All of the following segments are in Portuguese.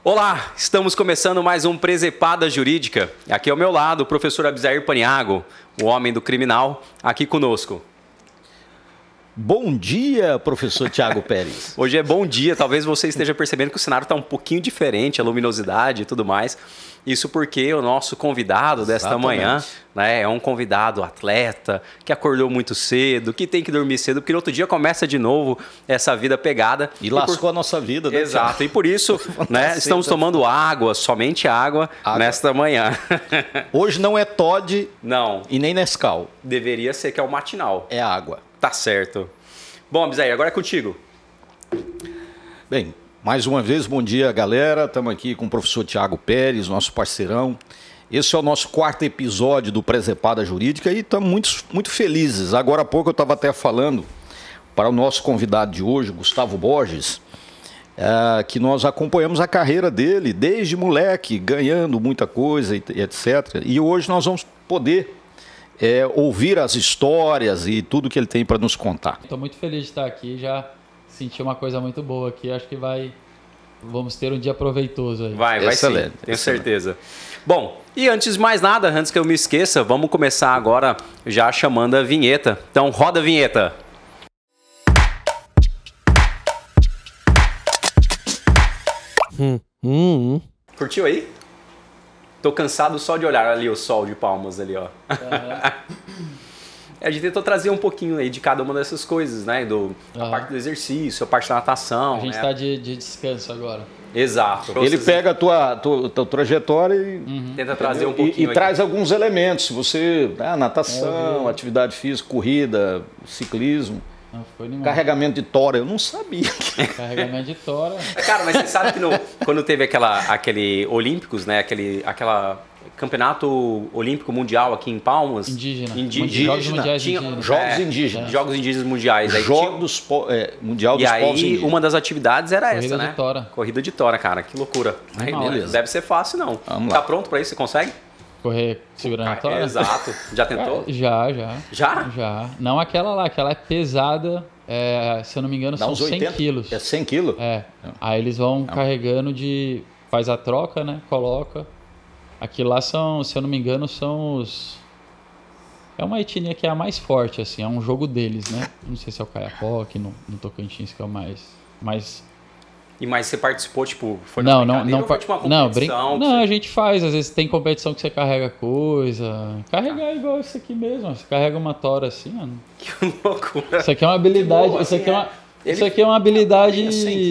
Olá, estamos começando mais um Presepada Jurídica. Aqui ao meu lado o professor Abisair Paniago, o homem do criminal, aqui conosco. Bom dia, professor Tiago Pérez. Hoje é bom dia, talvez você esteja percebendo que o cenário está um pouquinho diferente, a luminosidade e tudo mais. Isso porque o nosso convidado desta manhã, né, é um convidado atleta, que acordou muito cedo, que tem que dormir cedo, porque no outro dia começa de novo essa vida pegada. E lascou a nossa vida, né? Exato, e por isso né, estamos tomando água, somente água nesta manhã. Hoje não é Toddy não. E nem Nescau. Deveria ser, que é o matinal. É água. Tá certo. Bom, Abisair, agora é contigo. Bem, mais uma vez, bom dia, galera. Estamos aqui com o professor Tiago Pérez, nosso parceirão. Esse é o nosso quarto episódio do Presepada Jurídica e estamos muito felizes. Agora há pouco eu estava até falando para o nosso convidado de hoje, Gustavo Borges, que nós acompanhamos a carreira dele desde moleque, ganhando muita coisa e etc. E hoje nós vamos poder ouvir as histórias e tudo que ele tem para nos contar. Estou muito feliz de estar aqui, já senti uma coisa muito boa aqui, acho que vamos ter um dia proveitoso aí. Vai sim, tenho certeza. Bom, e antes de mais nada, antes que eu me esqueça, vamos começar agora já chamando a vinheta. Então roda a vinheta. Curtiu aí? Tô cansado só de olhar ali o sol de Palmas ali, ó. A gente tentou trazer um pouquinho aí de cada uma dessas coisas, né? A parte do exercício, a parte da natação. A gente tá de descanso agora. Exato. Ele pega a tua trajetória e tenta trazer um pouquinho. E traz alguns elementos. Se você. Natação, atividade física, corrida, ciclismo. Carregamento de tora, eu não sabia. Carregamento de tora. Cara, mas você sabe que quando teve aquele Olímpicos, né? Aquela campeonato olímpico mundial aqui em Palmas. Indígena. Jogos mundiais indígenas. Jogos indígenas. Jogos indígenas mundiais. Mundial dos povos indígenas. E aí uma das atividades era Corrida essa, né? De tora. Corrida de tora, cara. Que loucura. Beleza. Deve ser fácil, não. Tá pronto pra isso? Você consegue? Correr segurando a tora? Exato. Já tentou? Já. Já? Já. Não aquela lá, aquela é pesada, se eu não me engano, são 100 quilos. É 100 quilos? Aí eles vão carregando faz a troca, né? Coloca. Aquilo lá são, se eu não me engano, são os... É uma etnia que é a mais forte, assim, é um jogo deles, né? Não sei se é o Caiapoque, no Tocantins, que é o mais... Mas você participou, tipo, foi na brincadeira ou foi tipo uma competição? Não, a gente faz, às vezes tem competição que você carrega coisa. Carregar é igual isso aqui mesmo, você carrega uma tora assim, mano. Que loucura. Isso aqui é uma habilidade, isso aqui é uma habilidade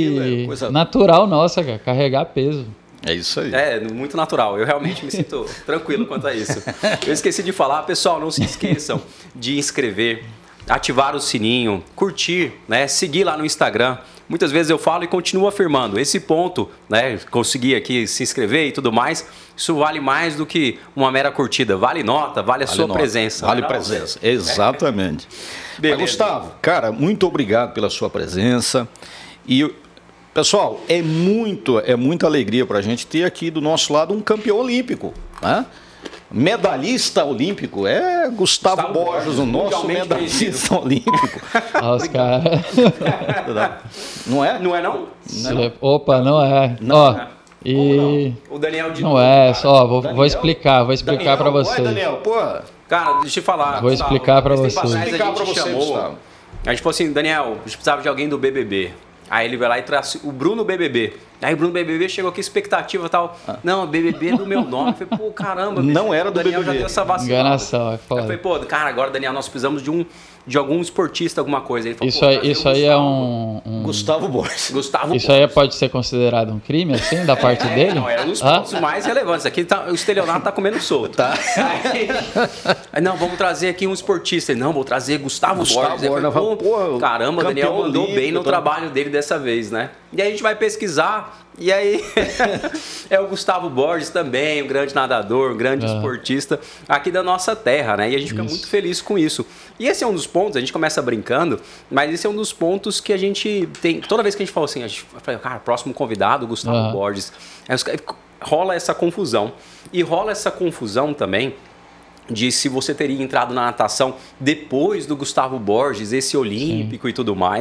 natural nossa, cara, carregar peso. É isso aí. É, muito natural. Eu realmente me sinto tranquilo quanto a isso. Eu esqueci de falar, pessoal, não se esqueçam de inscrever, ativar o sininho, curtir, né? Seguir lá no Instagram. Muitas vezes eu falo e continuo afirmando. Esse ponto, né? Conseguir aqui se inscrever e tudo mais, isso vale mais do que uma mera curtida. Vale nota, vale a sua presença. Vale presença, exatamente. Mas, Gustavo, cara, muito obrigado pela sua presença. E, pessoal, é muita alegria para a gente ter aqui do nosso lado um campeão olímpico, né? Medalhista olímpico, Gustavo Borges, o nosso medalhista olímpico. Os caras. Não é? Não é, não? Opa, não é. Não. E o Daniel de não é, só vou explicar para você. Daniel, pô. Cara, deixa eu falar. Vou explicar para você. A gente falou assim, Daniel, a gente precisava de alguém do BBB. Aí ele vai lá e traz o Bruno BBB. Aí o Bruno BBB chegou aqui, expectativa e tal. Não, BBB é do meu nome. Eu falei, pô, caramba. Não era do Daniel BBB. Já deu essa vacina. Enganação, é foda. Eu falei, pô, cara, agora, Daniel, nós precisamos de algum esportista, alguma coisa. Ele falou, isso aí é um... Gustavo Borges. Isso aí pode ser considerado um crime, assim, da parte dele? Não, era um dos pontos mais relevantes. Aqui o estelionato tá comendo solto. Tá. Aí, não, vamos trazer aqui um esportista. Ele, não, vou trazer Gustavo Borges. Falei, caramba, o Daniel mandou bem no trabalho dele dessa vez, né? E aí a gente vai pesquisar, e aí é o Gustavo Borges também, um grande nadador, um grande esportista aqui da nossa terra, né? E a gente fica muito feliz com isso. E esse é um dos pontos, a gente começa brincando, mas esse é um dos pontos que a gente tem, toda vez que a gente fala assim, a gente fala, cara, próximo convidado, Gustavo Borges, rola essa confusão. E rola essa confusão também de se você teria entrado na natação depois do Gustavo Borges, esse olímpico e tudo mais.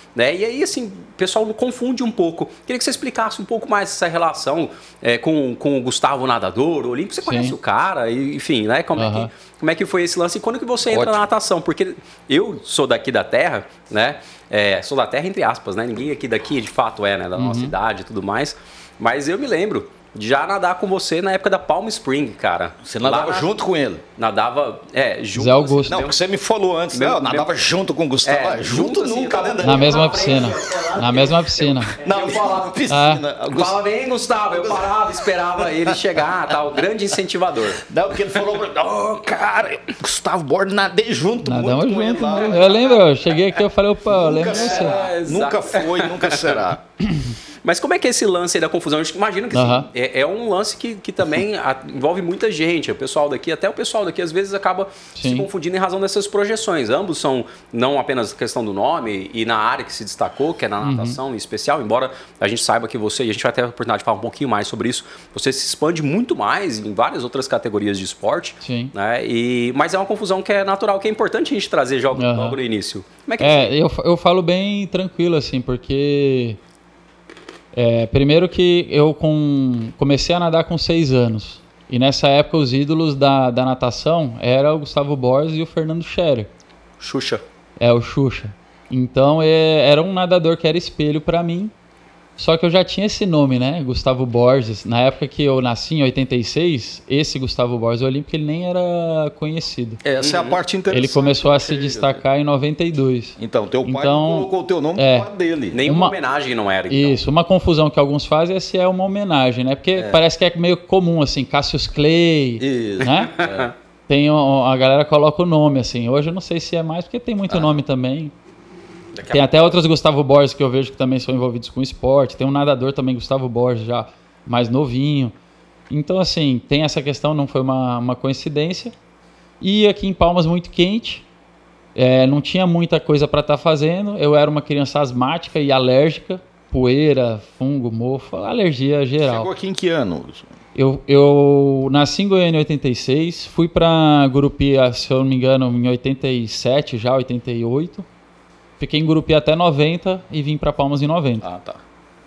né? E aí, assim, o pessoal confunde um pouco. Queria que você explicasse um pouco mais essa relação com o Gustavo Nadador, o Olímpico. Você conhece o cara, enfim, né? Como é que foi esse lance? E quando que você entra na natação? Porque eu sou daqui da terra, né? Sou da terra entre aspas, né? Ninguém aqui daqui, de fato, né? Da nossa cidade e tudo mais. Mas eu me lembro de já nadar com você na época da Palm Spring, cara. Você nadava junto com ele? Nadava, junto. Zé Augusto. Não, porque você me falou antes, nadava junto com o Gustavo. Junto assim, nunca, né? Na mesma piscina. Na mesma piscina. Não, eu falava piscina. Falava, vem, Gustavo. Eu parava, esperava ele chegar, tal. Grande incentivador. Não, porque ele falou, cara, Gustavo Borges, nadei junto. Nadamos junto. Eu lembro, eu cheguei aqui, eu falei, opa, eu lembro de você. Nunca foi, nunca será. Mas como é que é esse lance aí da confusão? Eu imagino que assim, é um lance que também envolve muita gente. O pessoal daqui, até o pessoal daqui, às vezes acaba se confundindo em razão dessas projeções. Ambos são não apenas questão do nome e na área que se destacou, que é na natação em especial, embora a gente saiba que você, e a gente vai ter a oportunidade de falar um pouquinho mais sobre isso, você se expande muito mais em várias outras categorias de esporte. Sim. Né? Mas é uma confusão que é natural, que é importante a gente trazer logo no início. Como é que eu falo bem tranquilo, assim, porque... primeiro que eu comecei a nadar com 6 anos. E nessa época os ídolos da natação eram o Gustavo Borges e o Fernando Scherer. Xuxa. O Xuxa. Então era um nadador que era espelho para mim. Só que eu já tinha esse nome, né? Gustavo Borges. Na época que eu nasci, em 86, esse Gustavo Borges Olímpico, ele nem era conhecido. Essa é a parte interessante. Ele começou a se destacar em 92. Então, teu pai não colocou o teu nome no pai dele. Nenhuma homenagem não era, então. Isso, uma confusão que alguns fazem é se é uma homenagem, né? Porque parece que é meio comum, assim, Cassius Clay, né? A galera coloca o nome, assim. Hoje eu não sei se é mais, porque tem muito nome também. Tem até outros Gustavo Borges que eu vejo que também são envolvidos com esporte. Tem um nadador também, Gustavo Borges, já mais novinho. Então, assim, tem essa questão, não foi uma coincidência. E aqui em Palmas, muito quente. Não tinha muita coisa para estar fazendo. Eu era uma criança asmática e alérgica. Poeira, fungo, mofo, alergia geral. Chegou aqui em que ano? Eu nasci em Goiânia em 86. Fui para Gurupi, se eu não me engano, em 87, já 88. Fiquei em Gurupi até 90 e vim para Palmas em 90. Ah, tá.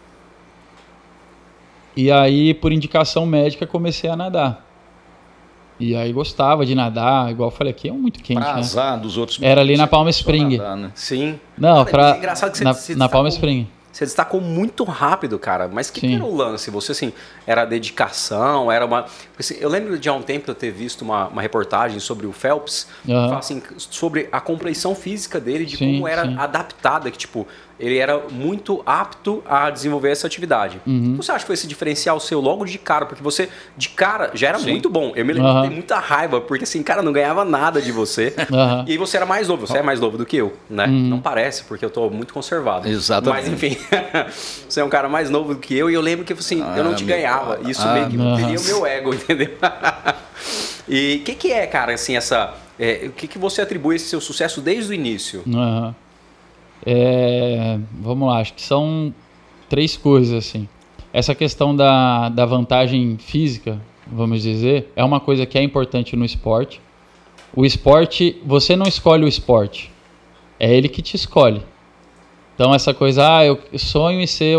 E aí, por indicação médica, comecei a nadar. E aí gostava de nadar, igual eu falei aqui, é muito quente, pra azar né? Dos outros. Era ali na Palm Spring. Nadar, né? Sim. Não, é engraçado que na Palm Spring. Você destacou muito rápido, cara. Mas o que era o lance? Você, assim, era dedicação, era uma... Assim, eu lembro de há um tempo eu ter visto uma reportagem sobre o Phelps, assim, sobre a compreensão física dele, de como era adaptada, que, tipo, ele era muito apto a desenvolver essa atividade. Você acha que foi esse diferencial seu logo de cara? Porque você, de cara, já era muito bom. Eu me lembro de ter muita raiva, porque, assim, cara, não ganhava nada de você. E aí você era mais novo. Você é mais novo do que eu, né? Não parece, porque eu tô muito conservado. Exatamente. Mas, enfim, você é um cara mais novo do que eu, e eu lembro que, assim, eu não te ganhava. Isso meio que feria o meu ego, entendeu? E o que é, cara, assim, essa... o que você atribui esse seu sucesso desde o início? Vamos lá, acho que são 3 coisas, assim. Essa questão da vantagem física, vamos dizer, é uma coisa que é importante no esporte. O esporte, você não escolhe o esporte, é ele que te escolhe. Então essa coisa, eu sonho em ser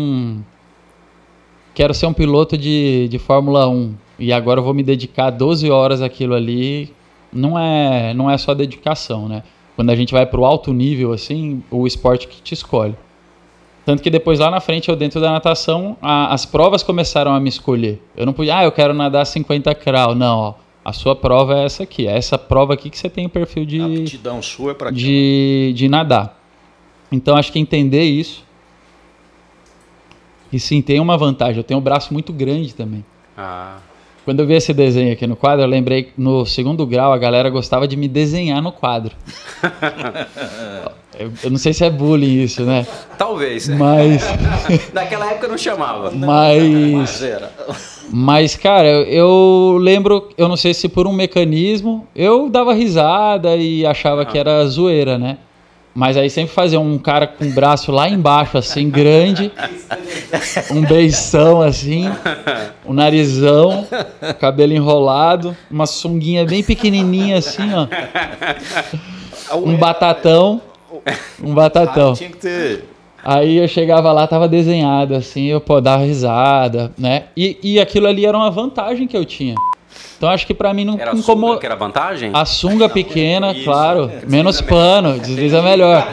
quero ser um piloto de Fórmula 1 e agora eu vou me dedicar 12 horas àquilo ali, não é só dedicação, né? Quando a gente vai para o alto nível, assim, o esporte que te escolhe. Tanto que depois, lá na frente, eu dentro da natação, as provas começaram a me escolher. Eu não podia, eu quero nadar 50 crawl. Não, ó, a sua prova é essa aqui. É essa prova aqui que você tem o perfil de... A aptidão sua é para de nadar. Então, acho que entender isso... E sim, tem uma vantagem. Eu tenho um braço muito grande também. Quando eu vi esse desenho aqui no quadro, eu lembrei que no 2º grau a galera gostava de me desenhar no quadro. Eu não sei se é bullying isso, né? Talvez. Mas... Naquela época eu não chamava. Mas, cara, eu lembro, eu não sei se por um mecanismo, eu dava risada e achava que era zoeira, né? Mas aí sempre fazia um cara com o braço lá embaixo, assim, grande, um beição, assim, um narizão, cabelo enrolado, uma sunguinha bem pequenininha, assim, ó, um batatão. Um batatão. Tinha que ter... Aí eu chegava lá, tava desenhado assim, eu dava risada, né? E aquilo ali era uma vantagem que eu tinha. Então acho que pra mim não Era incomodou. sunga que era vantagem? A sunga pequena, Isso. claro, menos pano, desliza melhor.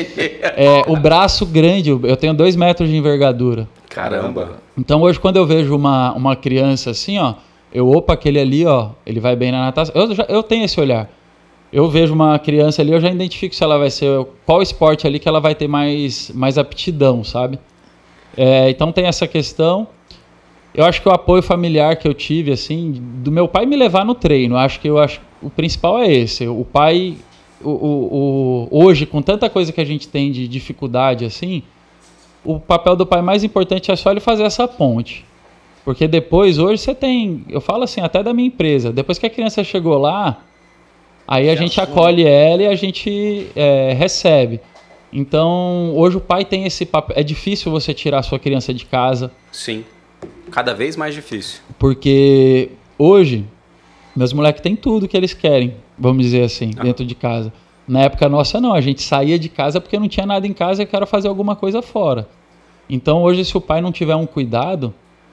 O braço grande, eu tenho 2 metros de envergadura. Caramba. Então hoje quando eu vejo uma criança assim, ó, aquele ali, ó, ele vai bem na natação. Eu tenho esse olhar. Eu vejo uma criança ali, eu já identifico se ela vai ser... Qual esporte ali que ela vai ter mais aptidão, sabe? Então tem essa questão. Eu acho que o apoio familiar que eu tive, assim, do meu pai me levar no treino, acho que o principal é esse. O pai, hoje, com tanta coisa que a gente tem de dificuldade, assim, o papel do pai mais importante é só ele fazer essa ponte. Porque depois, hoje, você tem... Eu falo assim, até da minha empresa. Depois que a criança chegou lá... Aí a gente acolhe ela e a gente recebe. Então, hoje o pai tem esse papel. É difícil você tirar a sua criança de casa. Sim. Cada vez mais difícil. Porque hoje, meus moleques têm tudo que eles querem, vamos dizer assim, dentro de casa. Na época nossa, não. A gente saía de casa porque não tinha nada em casa e queria fazer alguma coisa fora. Então, hoje, se o pai não tiver um cuidado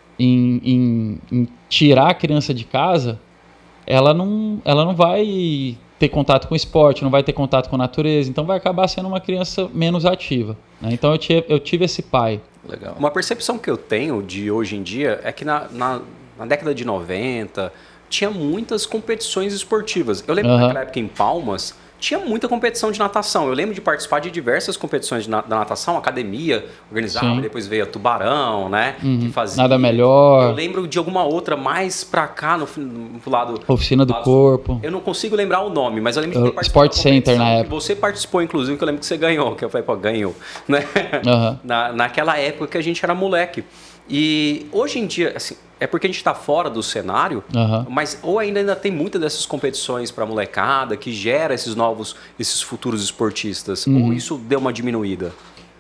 em tirar a criança de casa... ela não vai ter contato com o esporte, não vai ter contato com a natureza, então vai acabar sendo uma criança menos ativa, né? Então eu tive esse pai. Legal. Uma percepção que eu tenho de hoje em dia é que na década de 90 tinha muitas competições esportivas. Eu lembro naquela época em Palmas tinha muita competição de natação. Eu lembro de participar de diversas competições da natação, academia organizava, depois veio a Tubarão, né? Que fazia. Nada melhor. Eu lembro de alguma outra mais pra cá, no lado... Oficina do corpo. Eu não consigo lembrar o nome, mas eu lembro de ter Sport Center na época. Você participou, inclusive, que eu lembro que você ganhou. Que eu falei, pô, ganhou. Né? Naquela época que a gente era moleque. E hoje em dia, assim, é porque a gente está fora do cenário, mas ou ainda tem muitas dessas competições para molecada que gera esses futuros esportistas, ou isso deu uma diminuída?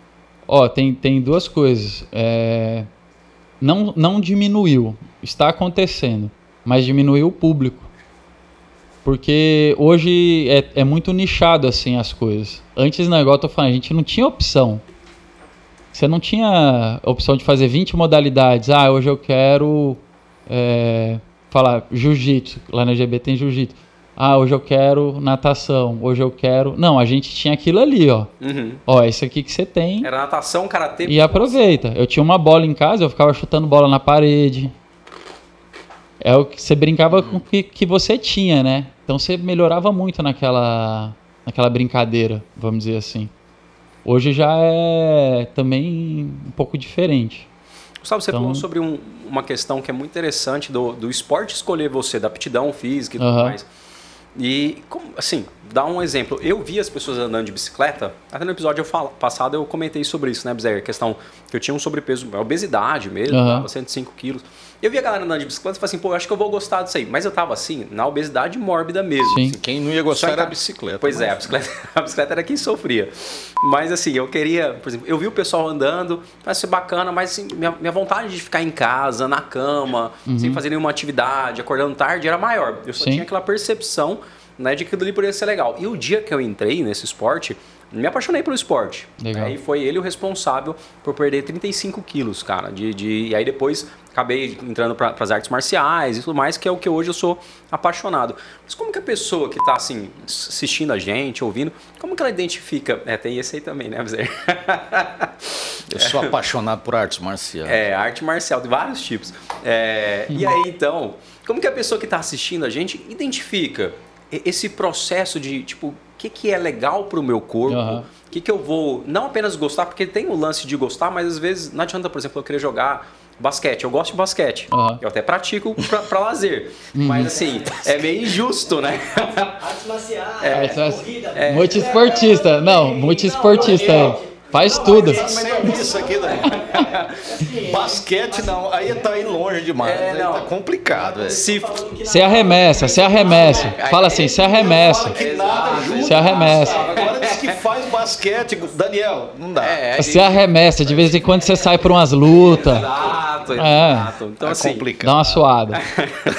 Tem duas coisas. Não diminuiu, está acontecendo, mas diminuiu o público. Porque hoje é muito nichado assim as coisas. Antes, igual eu tô falando, a gente não tinha opção. Você não tinha opção de fazer 20 modalidades. Hoje eu quero falar jiu-jitsu. Lá na GB tem jiu-jitsu. Hoje eu quero natação. Hoje eu quero... Não, a gente tinha aquilo ali, ó. Ó, isso aqui que você tem. Era natação, karatê. E aproveita. Eu tinha uma bola em casa, eu ficava chutando bola na parede. É o que você brincava com o que você tinha, né? Então você melhorava muito naquela brincadeira, vamos dizer assim. Hoje já é também um pouco diferente. Gustavo, você falou sobre uma questão que é muito interessante do esporte escolher você, da aptidão física e tudo mais. E, assim, dá um exemplo. Eu vi as pessoas andando de bicicleta, até no episódio passado eu comentei sobre isso, né, Bezerra? A questão que eu tinha um sobrepeso, obesidade mesmo, 105 quilos. Eu vi a galera andando de bicicleta e falei assim, pô, eu acho que eu vou gostar disso aí. Mas eu tava assim, na obesidade mórbida mesmo. Sim. Assim, quem não ia gostar era a bicicleta. Pois é, a bicicleta era quem sofria. Mas assim, eu queria, por exemplo, eu vi o pessoal andando, vai ser bacana, mas assim, minha vontade de ficar em casa, na cama, sem fazer nenhuma atividade, acordando tarde, era maior. Eu só tinha aquela percepção, né, de que aquilo ali poderia ser legal. E o dia que eu entrei nesse esporte, me apaixonei pelo esporte. Legal. Aí foi ele o responsável por perder 35 quilos, cara. E aí depois acabei entrando para as artes marciais e tudo mais, que é o que hoje eu sou apaixonado. Mas como que a pessoa que está assim, assistindo a gente, ouvindo, como que ela identifica? Tem esse aí também, né, Bezerra? Eu sou apaixonado por artes marciais. Arte marcial, de vários tipos. E aí, então, como que a pessoa que está assistindo a gente identifica esse processo de, tipo, o que é legal para o meu corpo? O que eu vou, não apenas gostar, porque tem o lance de gostar, mas às vezes não adianta, por exemplo, eu querer jogar basquete. Eu gosto de basquete. Eu até pratico para lazer. Mas assim, é meio injusto, né? Artes marciais, corrida. Multiesportista. Não, multiesportista. Faz tudo. Isso aqui, né? Basquete não, aí tá aí longe demais. Tá complicado. Você arremessa. Fala assim, você arremessa. Você arremessa. Agora diz que faz basquete, Daniel, não dá. Você arremessa, de vez em quando você sai para umas lutas. Exato. Então, assim, complicado. Dá uma suada.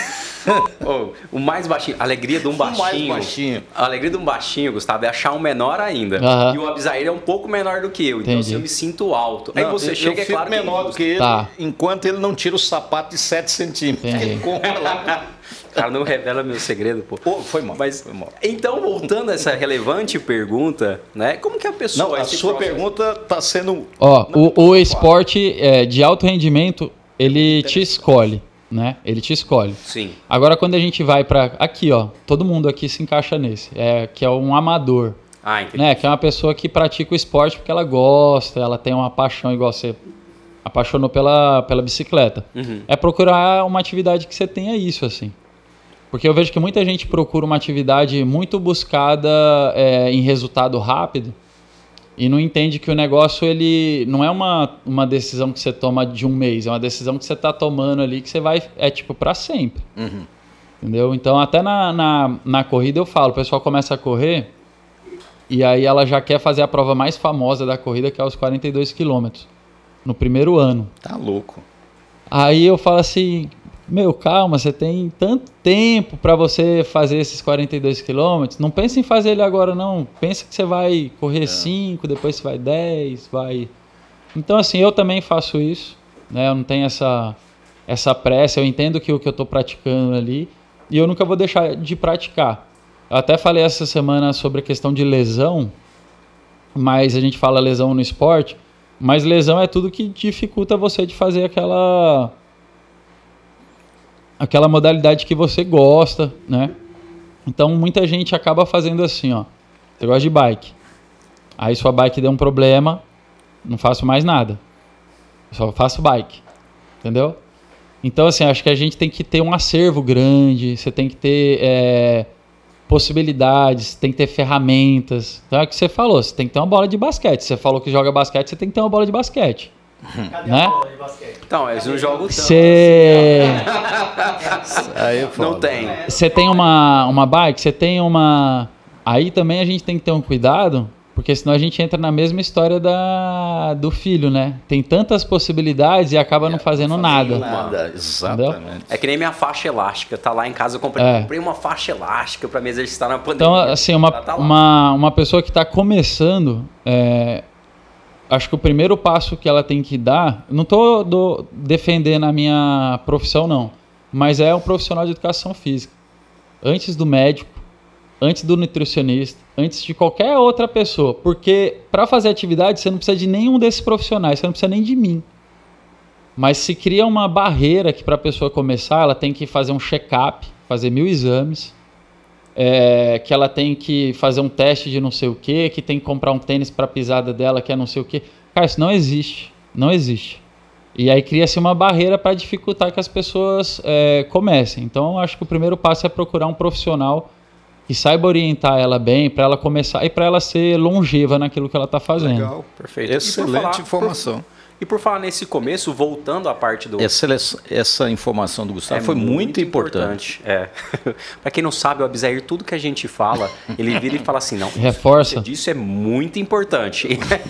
O mais baixinho, a alegria de um baixinho. A alegria de um baixinho, Gustavo, é achar um menor ainda. E o Abisair é um pouco menor do que eu. Então assim, eu me sinto alto. Aí você chega, é claro, menor do que ele, enquanto ele não tira o sapato de 7 centímetros. Ele compra lá. Cara, não revela meu segredo, pô. Foi mal. Mas, então, voltando a essa relevante pergunta, né? Como que a pessoa... Não, a sua pergunta está sendo... O esporte de alto rendimento, ele te escolhe, né? Ele te escolhe. Sim. Agora, quando a gente vai para... Aqui, todo mundo aqui se encaixa nesse. Que é um amador. Entendi. Né? Que é uma pessoa que pratica o esporte porque ela gosta, ela tem uma paixão igual você... Apaixonou pela bicicleta. É procurar uma atividade que você tenha isso, assim. Porque eu vejo que muita gente procura uma atividade muito buscada em resultado rápido e não entende que o negócio ele não é uma decisão que você toma de um mês, é uma decisão que você está tomando ali que você vai, tipo, para sempre. Entendeu? Então, até na corrida eu falo, o pessoal começa a correr e aí ela já quer fazer a prova mais famosa da corrida, que é os 42 quilômetros, no primeiro ano. Tá louco. Aí eu falo assim... calma, você tem tanto tempo para você fazer esses 42 quilômetros. Não pense em fazer ele agora, não. Pensa que você vai correr 5, depois você vai 10, vai... Então, assim, eu também faço isso, né? Eu não tenho essa pressa. Eu entendo que o que eu estou praticando ali e eu nunca vou deixar de praticar. Eu até falei essa semana sobre a questão de lesão, mas a gente fala lesão no esporte, mas lesão é tudo que dificulta você de fazer aquela modalidade que você gosta, né? Então, muita gente acaba fazendo assim, Você gosta de bike. Aí sua bike deu um problema, não faço mais nada. Eu só faço bike. Entendeu? Então, assim, acho que a gente tem que ter um acervo grande, você tem que ter possibilidades, tem que ter ferramentas. Então, é o que você falou, você tem que ter uma bola de basquete. Você falou que joga basquete, você tem que ter uma bola de basquete. Cadê né? a bola de basquete? Então, eles não jogam tanto. Aí, não tem. Você tem uma bike, você tem uma... Aí também a gente tem que ter um cuidado, porque senão a gente entra na mesma história do filho, né? Tem tantas possibilidades e acaba não fazendo nada. Exatamente. Entendeu? É que nem minha faixa elástica. Tá lá em casa, eu comprei uma faixa elástica para me exercitar na pandemia. Então, assim, uma pessoa que está começando... Acho que o primeiro passo que ela tem que dar... Não estou defendendo a minha profissão, não. Mas é um profissional de educação física. Antes do médico, antes do nutricionista, antes de qualquer outra pessoa. Porque para fazer atividade, você não precisa de nenhum desses profissionais. Você não precisa nem de mim. Mas se cria uma barreira que para a pessoa começar, ela tem que fazer um check-up, fazer 1000 exames. Que ela tem que fazer um teste de não sei o que tem que comprar um tênis para a pisada dela, que é não sei o que. Cara, isso não existe. Não existe. E aí cria-se uma barreira para dificultar que as pessoas comecem. Então, acho que o primeiro passo é procurar um profissional que saiba orientar ela bem, para ela começar e para ela ser longeva naquilo que ela está fazendo. Legal, perfeito. Excelente informação. E por falar nesse começo, voltando à parte do... Essa informação do Gustavo foi muito importante. Para quem não sabe, o Abisair, tudo que a gente fala, ele vira e fala assim, não, reforça. Isso é muito importante.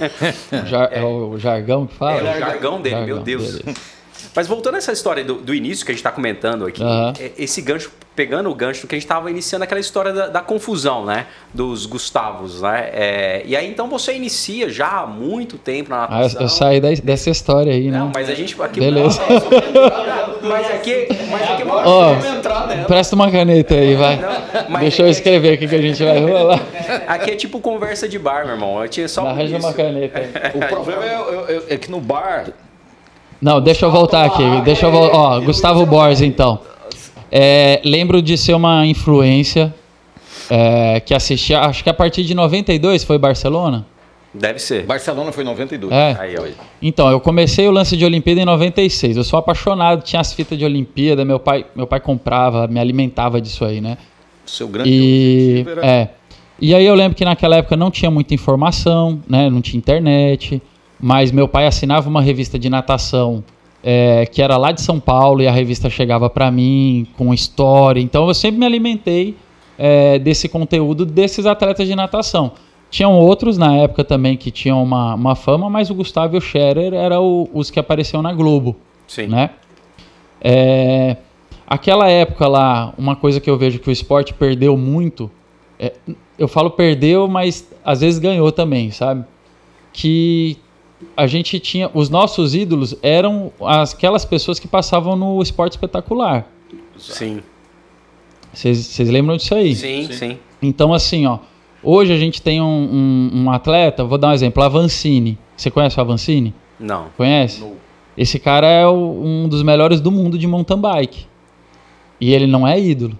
É o jargão que fala? É o jargão dele, meu Deus. Beleza. Mas voltando a essa história do início que a gente está comentando aqui, esse gancho, pegando o gancho que a gente estava iniciando aquela história da confusão, né? Dos Gustavos, né? E aí então você inicia já há muito tempo na natação. Eu saí dessa história aí, né? Não, mas a gente aqui... Beleza. Mas aqui presta uma caneta aí, vai. Deixa eu escrever aqui que a gente vai rolar. Aqui é tipo conversa de bar, meu irmão. Eu tinha só arranja uma caneta aí. O problema é que no bar... Não, deixa eu voltar aqui. Gustavo Borges, então. Lembro de ser uma influência que assistia, acho que a partir de 92 foi Barcelona? Deve ser. Barcelona foi em 92. Aí, ó. Então, eu comecei o lance de Olimpíada em 96. Eu sou apaixonado, tinha as fitas de Olimpíada, meu pai comprava, me alimentava disso aí, né? Seu grande objetivo era... E aí eu lembro que naquela época não tinha muita informação, né? Não tinha internet. Mas meu pai assinava uma revista de natação que era lá de São Paulo e a revista chegava para mim com história. Então eu sempre me alimentei desse conteúdo desses atletas de natação. Tinham outros na época também que tinham uma fama, mas o Gustavo e o Scherer eram os que apareciam na Globo. Sim. Né? aquela época lá, uma coisa que eu vejo que o esporte perdeu muito, eu falo perdeu, mas às vezes ganhou também, sabe? Que a gente tinha, os nossos ídolos eram aquelas pessoas que passavam no Esporte Espetacular. Sim. Vocês lembram disso aí? Sim. Então, assim, ó, hoje a gente tem um atleta, vou dar um exemplo, Avancini. Você conhece o Avancini? Não. Conhece? Não. Esse cara é um dos melhores do mundo de mountain bike. E ele não é ídolo.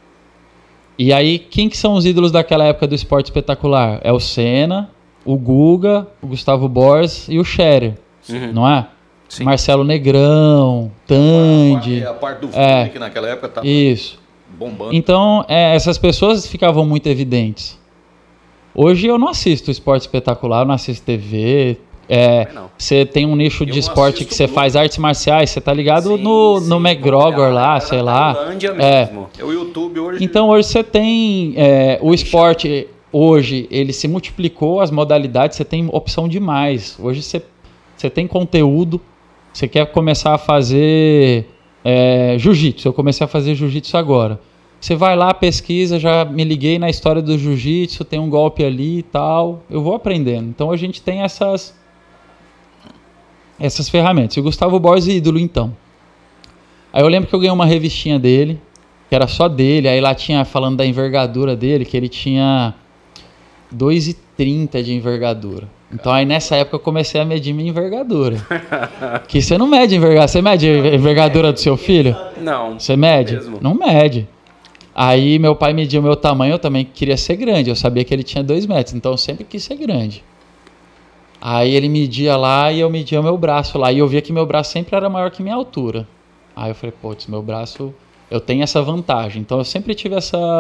E aí, quem que são os ídolos daquela época do Esporte Espetacular? É o Senna, o Guga, o Gustavo Borges e o Scherer, não é? Sim. Marcelo Negrão, Tandy. A parte do filme que naquela época estava bombando. Então, essas pessoas ficavam muito evidentes. Hoje eu não assisto Esporte Espetacular, eu não assisto TV. Você tem um nicho de esporte que você faz artes marciais, você tá ligado no McGregor lá, sei lá. Mesmo. É o YouTube hoje. Então hoje você tem o esporte, hoje ele se multiplicou, as modalidades, você tem opção demais. Hoje você tem conteúdo, você quer começar a fazer jiu-jitsu, eu comecei a fazer jiu-jitsu agora. Você vai lá, pesquisa, já me liguei na história do jiu-jitsu, tem um golpe ali e tal, eu vou aprendendo. Então a gente tem essas ferramentas. E o Gustavo Borges é ídolo, então. Aí eu lembro que eu ganhei uma revistinha dele, que era só dele, aí lá tinha, falando da envergadura dele, que ele tinha 2,30 de envergadura. Então aí nessa época eu comecei a medir minha envergadura. Que você não mede envergadura. Você mede a envergadura do seu filho? Não. Você mede? Mesmo. Não mede. Aí meu pai media o meu tamanho, eu também queria ser grande. Eu sabia que ele tinha 2 metros, então eu sempre quis ser grande. Aí ele media lá e eu media o meu braço lá. E eu via que meu braço sempre era maior que minha altura. Aí eu falei, putz, meu braço, eu tenho essa vantagem. Então eu sempre tive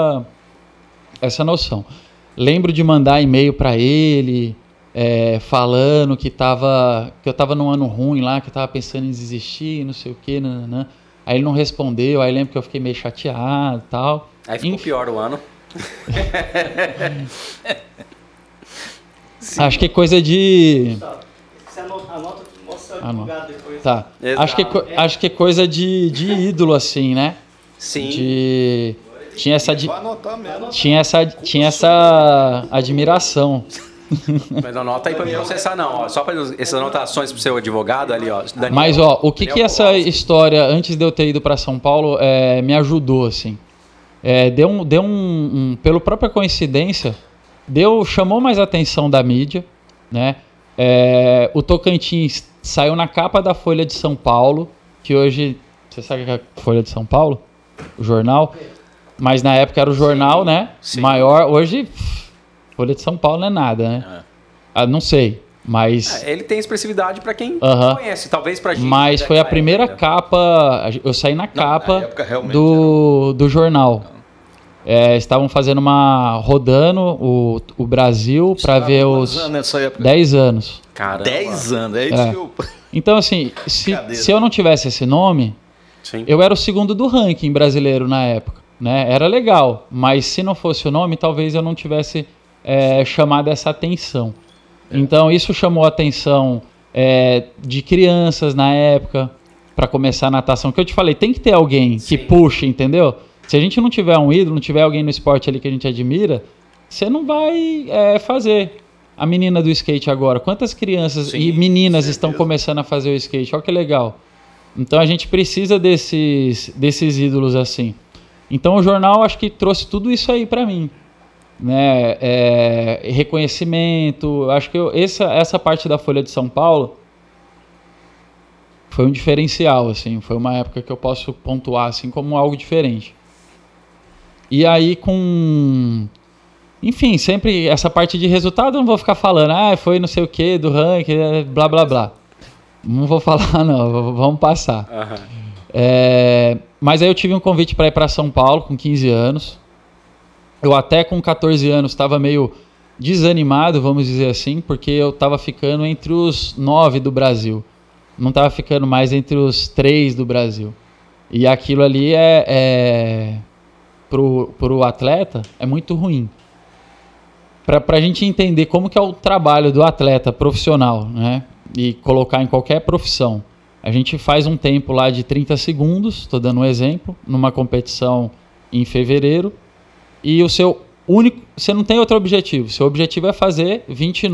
essa noção. Lembro de mandar e-mail para ele, falando que eu tava num ano ruim lá, que eu tava pensando em desistir, não sei o quê, nananã. Aí ele não respondeu, aí lembro que eu fiquei meio chateado e tal. Aí ficou pior o ano. Acho que é coisa de... Você anota que mostra o advogado depois. Tá. Acho que é coisa de ídolo, assim, né? Sim. Tinha essa admiração. Mas não anota aí pra me processar, não. Ó. Só para essas anotações pro seu advogado ali, ó. Daniel, mas, ó, o que essa história, antes de eu ter ido para São Paulo, me ajudou, assim. Pela própria coincidência, chamou mais a atenção da mídia, né? O Tocantins saiu na capa da Folha de São Paulo, que hoje... Você sabe o que é a Folha de São Paulo? O jornal. Mas na época era o jornal, né? Sim. Maior. Hoje... Folha de São Paulo não é nada, né? Não sei, mas... ele tem expressividade para quem conhece, talvez pra gente... Mas foi a primeira capa... Eu saí na capa do jornal. Estavam fazendo rodando o Brasil para ver os 10 anos. Caramba. 10 anos, é isso que eu... Então, assim, se eu não tivesse esse nome, eu era o segundo do ranking brasileiro na época, né? Era legal, mas se não fosse o nome, talvez eu não tivesse... chamado essa atenção. Então isso chamou a atenção de crianças na época para começar a natação, que eu te falei, tem que ter alguém que puxe, entendeu? Se a gente não tiver um ídolo, não tiver alguém no esporte ali que a gente admira, você não vai fazer. A menina do skate agora, quantas crianças e meninas estão começando a fazer o skate? Olha que legal. Então a gente precisa desses ídolos assim. Então o jornal acho que trouxe tudo isso aí para mim. Né, reconhecimento, acho que essa parte da Folha de São Paulo foi um diferencial, assim, foi uma época que eu posso pontuar assim como algo diferente. E aí enfim, sempre essa parte de resultado eu não vou ficar falando, foi não sei o que do ranking, blá blá blá, não vou falar não, vamos passar. Mas aí eu tive um convite para ir para São Paulo com 15 anos. Eu até com 14 anos estava meio desanimado, vamos dizer assim, porque eu estava ficando entre os 9 do Brasil. Não estava ficando mais entre os 3 do Brasil. E aquilo ali pro atleta é muito ruim. Para a gente entender como que é o trabalho do atleta profissional, né? E colocar em qualquer profissão. A gente faz um tempo lá de 30 segundos, estou dando um exemplo, numa competição em fevereiro, e o seu único... Você não tem outro objetivo. Seu objetivo é fazer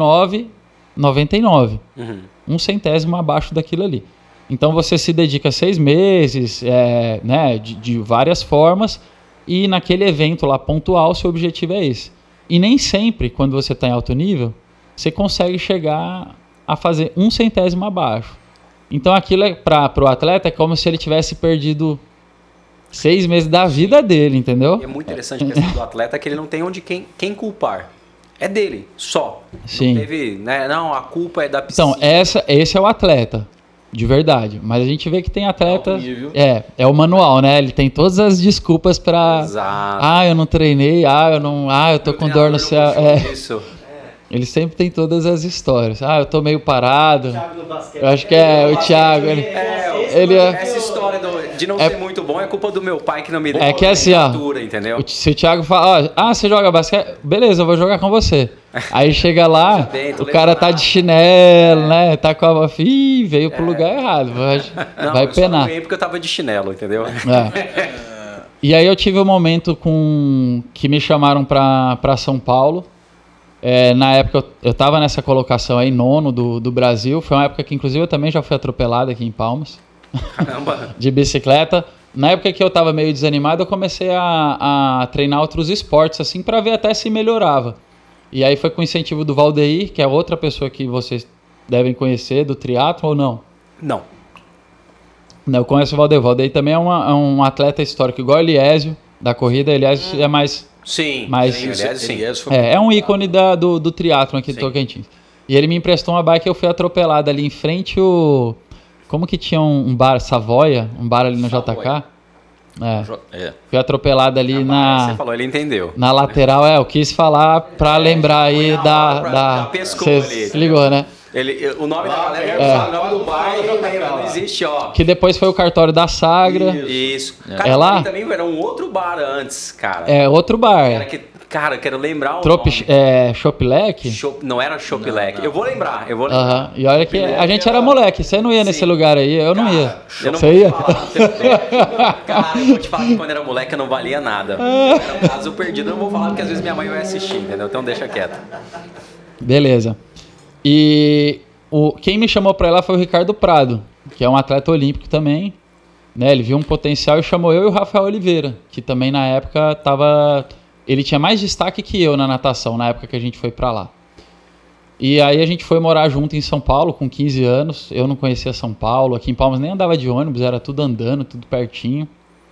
29,99. Um centésimo abaixo daquilo ali. Então você se dedica 6 meses, né, de várias formas, e naquele evento lá pontual, seu objetivo é esse. E nem sempre, quando você está em alto nível, você consegue chegar a fazer um centésimo abaixo. Então aquilo para o atleta é como se ele tivesse perdido 6 meses da vida dele, entendeu? E é muito interessante a questão do atleta que ele não tem onde quem culpar. É dele, só. Sim. Não teve, né? Não, a culpa é da piscina. Então, esse é o atleta, de verdade. Mas a gente vê que tem atleta... É o manual, né? Ele tem todas as desculpas para... Exato. Eu não treinei, eu tô com dor no céu. Isso. Ele sempre tem todas as histórias. Eu tô meio parado. Basquete, Eu acho que o Thiago. Essa história de não ser muito bom é culpa do meu pai que não me deu que assim, altura, entendeu? Se o Thiago fala, você joga basquete? Beleza, eu vou jogar com você. Aí chega lá, o cara tá de chinelo, né? Tá com a... veio pro lugar errado. Vai penar. Eu ganhei porque eu tava de chinelo, entendeu? E aí eu tive um momento que me chamaram pra São Paulo. Na época eu tava nessa colocação aí, 9º do Brasil. Foi uma época que inclusive eu também já fui atropelado aqui em Palmas. Caramba! De bicicleta. Na época que eu tava meio desanimado, eu comecei a treinar outros esportes, assim, pra ver até se melhorava. E aí foi com o incentivo do Valdeir, que é outra pessoa que vocês devem conhecer, do triatlo ou não? Não. Eu conheço o Valdeir. O Valdeir também é um atleta histórico, igual o Eliésio, da corrida. Eliésio é mais... Sim, é um ícone do triatlon aqui do Tocantins. E ele me emprestou uma bike e eu fui atropelado ali em frente o... Como que tinha um bar, Savoia? Um bar ali no JK? Fui atropelado ali Você falou, ele entendeu. na lateral. Eu quis falar pra lembrar aí da... Você ligou, né? O nome da galera, o nome do bairro não existe, ó. Que depois foi o cartório da Sagra. Isso. Cara, É lá? também era um outro bar antes, cara. Outro bar. Cara, eu quero lembrar o nome. Choplec? Não era Choplec. Eu vou lembrar. E olha que a gente era moleque. Você não ia nesse lugar aí, eu não ia. Você ia? Cara, eu vou te falar que quando era moleque eu não valia nada. Era um caso perdido. Eu não vou falar porque às vezes minha mãe vai assistir, entendeu? Então deixa quieto. Beleza. E quem me chamou pra ir lá foi o Ricardo Prado, que é um atleta olímpico também, né? Ele viu um potencial e chamou eu e o Rafael Oliveira, que também na época ele tinha mais destaque que eu na natação, na época que a gente foi pra lá. E aí a gente foi morar junto em São Paulo com 15 anos. Eu não conhecia São Paulo, aqui em Palmas nem andava de ônibus, era tudo andando, tudo pertinho.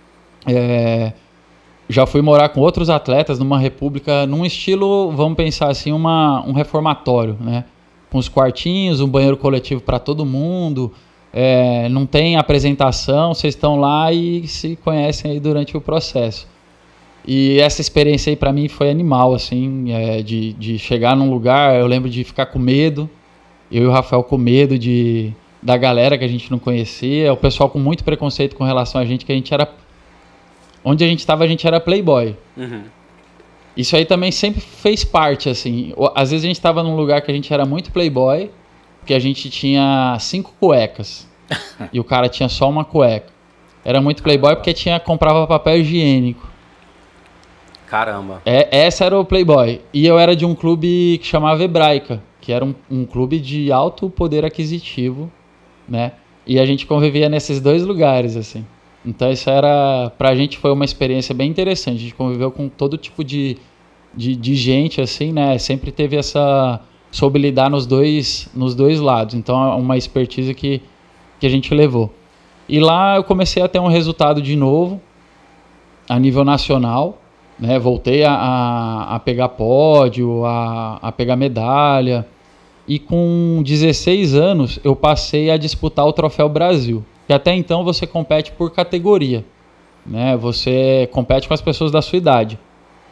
Já fui morar com outros atletas numa república, num estilo, vamos pensar assim, um reformatório, né? Com os quartinhos, um banheiro coletivo para todo mundo, não tem apresentação, vocês estão lá e se conhecem aí durante o processo. E essa experiência aí para mim foi animal, assim, de chegar num lugar, eu lembro de ficar com medo, eu e o Rafael com medo da galera que a gente não conhecia, o pessoal com muito preconceito com relação a gente, que a gente era... Onde a gente estava, a gente era playboy. Uhum. Isso aí também sempre fez parte, assim. Às vezes a gente estava num lugar que a gente era muito playboy, porque a gente tinha 5 cuecas e o cara tinha só uma cueca. Era muito playboy porque comprava papel higiênico. Caramba. Essa era o playboy. E eu era de um clube que chamava Hebraica, que era um clube de alto poder aquisitivo, né? E a gente convivia nesses 2 lugares, assim. Então isso pra gente foi uma experiência bem interessante. A gente conviveu com todo tipo de gente, assim, né? Sempre teve soube lidar nos dois lados. Então é uma expertise que a gente levou. E lá eu comecei a ter um resultado de novo, a nível nacional, né? Voltei a pegar pódio, a pegar medalha. E com 16 anos eu passei a disputar o Troféu Brasil. Que até então você compete por categoria, né? Você compete com as pessoas da sua idade.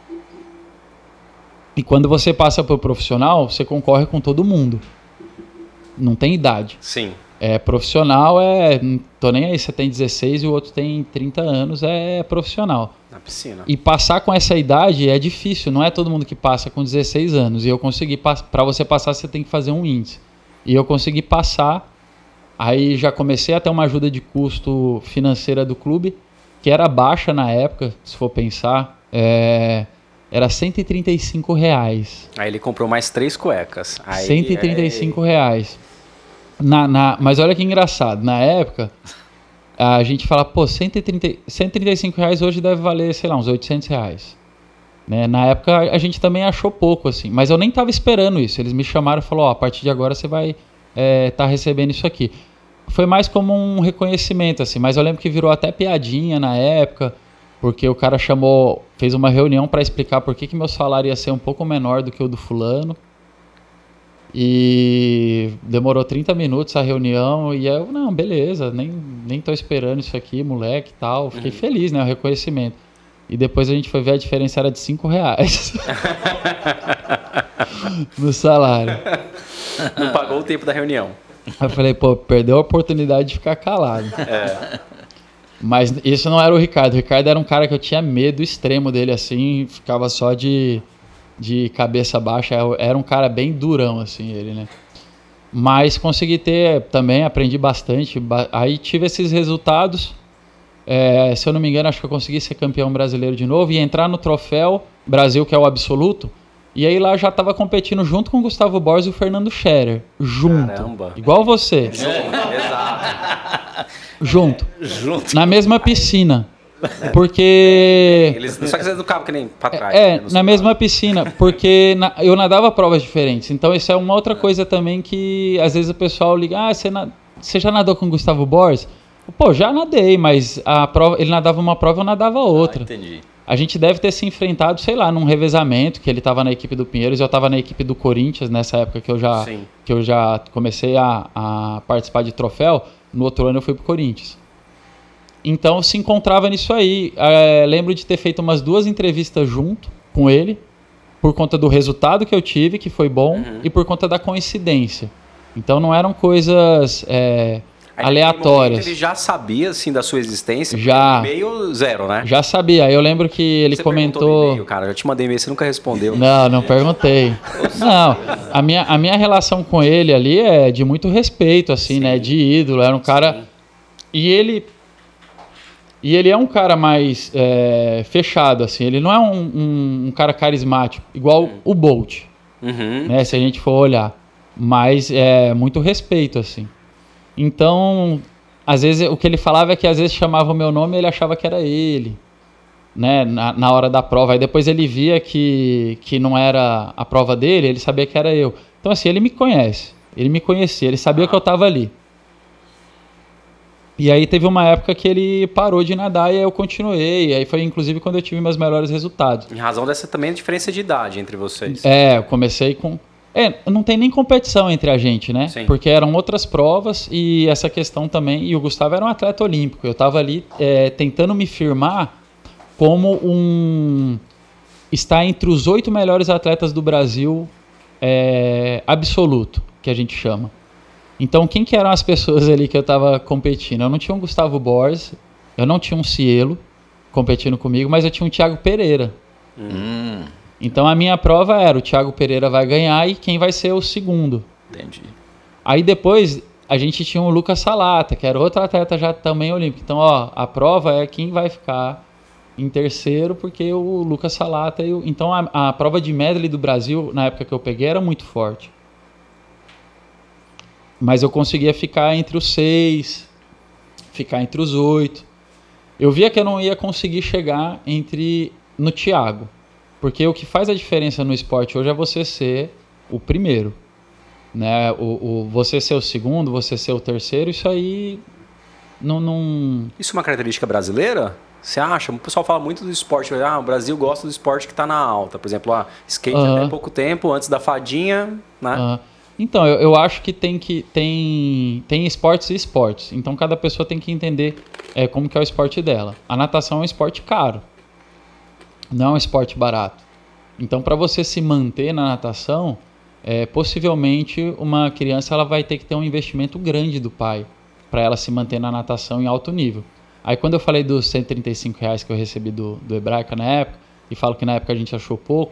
E quando você passa para o profissional, você concorre com todo mundo. Não tem idade. Sim. Profissional não tô nem aí, você tem 16 e o outro tem 30 anos, é profissional. Na piscina. E passar com essa idade é difícil, não é todo mundo que passa com 16 anos. E eu consegui, para você passar, você tem que fazer um índice. E eu consegui passar Aí já comecei a ter uma ajuda de custo financeira do clube, que era baixa na época, se for pensar. Era R$135. Aí ele comprou mais 3 cuecas. Aí, R$135. Mas olha que engraçado, na época, a gente fala, pô, R$135 hoje deve valer, sei lá, uns R$800. Né? Na época a gente também achou pouco, assim, mas eu nem tava esperando isso. Eles me chamaram e falaram, a partir de agora você vai tá recebendo isso aqui. Foi mais como um reconhecimento, assim, mas eu lembro que virou até piadinha na época, porque o cara fez uma reunião para explicar por que meu salário ia ser um pouco menor do que o do fulano. E demorou 30 minutos a reunião e eu, não, beleza, nem tô esperando isso aqui, moleque e tal. Fiquei feliz, né, o reconhecimento. E depois a gente foi ver a diferença era de R$5 no salário. Não pagou o tempo da reunião. Aí eu falei, pô, perdeu a oportunidade de ficar calado. Mas isso não era o Ricardo. O Ricardo era um cara que eu tinha medo extremo dele, assim, ficava só de cabeça baixa. Era um cara bem durão, assim, ele, né? Mas consegui também, aprendi bastante. Aí tive esses resultados. Se eu não me engano, acho que eu consegui ser campeão brasileiro de novo e entrar no troféu Brasil, que é o absoluto. E aí lá eu já estava competindo junto com o Gustavo Borges e o Fernando Scherer. Junto. Caramba. Igual você. Exato. Junto. Na mesma piscina. Porque... Só que vocês não ficavam que nem pra trás. Na mesma piscina. Porque eu nadava provas diferentes. Então isso é uma outra coisa também que às vezes o pessoal liga, você já nadou com o Gustavo Borges? Pô, já nadei, mas ele nadava uma prova, eu nadava outra. Entendi. A gente deve ter se enfrentado, sei lá, num revezamento, que ele estava na equipe do Pinheiros e eu estava na equipe do Corinthians, nessa época que eu já comecei a participar de troféu. No outro ano eu fui pro Corinthians. Então se encontrava nisso aí. Lembro de ter feito umas 2 entrevistas junto com ele, por conta do resultado que eu tive, que foi bom, e por conta da coincidência. Então não eram coisas... aleatórias. Ele já sabia, assim, da sua existência? Já. E-mail 0, né? Já sabia. Eu lembro que ele comentou... E-mail, cara, eu te mandei e-mail, você nunca respondeu. Não perguntei. Não, a minha relação com ele ali é de muito respeito, assim, né? De ídolo. Era um cara... E ele é um cara mais fechado, assim. Ele não é um cara carismático, igual o Bolt, né? Se a gente for olhar. Mas é muito respeito, assim. Então, às vezes, o que ele falava é que às vezes chamava o meu nome e ele achava que era ele, né, na hora da prova. Aí depois ele via que não era a prova dele, ele sabia que era eu. Então, assim, ele me conhece, ele me conhecia, ele sabia que eu estava ali. E aí teve uma época que ele parou de nadar e aí eu continuei. E aí foi, inclusive, quando eu tive meus melhores resultados. Em razão dessa também diferença de idade entre vocês. Eu comecei com... não tem nem competição entre a gente, né? Sim. Porque eram outras provas e essa questão também... E o Gustavo era um atleta olímpico. Eu estava ali tentando me firmar como estar entre os 8 melhores atletas do Brasil absoluto, que a gente chama. Então, quem que eram as pessoas ali que eu estava competindo? Eu não tinha um Gustavo Borges, eu não tinha um Cielo competindo comigo, mas eu tinha um Thiago Pereira. Então a minha prova era o Thiago Pereira vai ganhar e quem vai ser o segundo. Entendi. Aí depois a gente tinha o Lucas Salata, que era outro atleta já também olímpico. Então, a prova é quem vai ficar em terceiro, porque o Lucas Salata... Então a prova de medley do Brasil, na época que eu peguei, era muito forte. Mas eu conseguia ficar entre os 6, ficar entre os 8. Eu via que eu não ia conseguir chegar no Thiago. Porque o que faz a diferença no esporte hoje é você ser o primeiro. Né? Você ser o segundo, você ser o terceiro, isso aí não... Isso é uma característica brasileira? Você acha? O pessoal fala muito do esporte. O Brasil gosta do esporte que está na alta. Por exemplo, skate até pouco tempo, antes da fadinha, né? Então, eu acho que tem esportes e esportes. Então, cada pessoa tem que entender como que é o esporte dela. A natação é um esporte caro. Não é um esporte barato. Então, para você se manter na natação, possivelmente uma criança ela vai ter que ter um investimento grande do pai para ela se manter na natação em alto nível. Aí, quando eu falei dos R$135 que eu recebi do Hebraica na época, e falo que na época a gente achou pouco,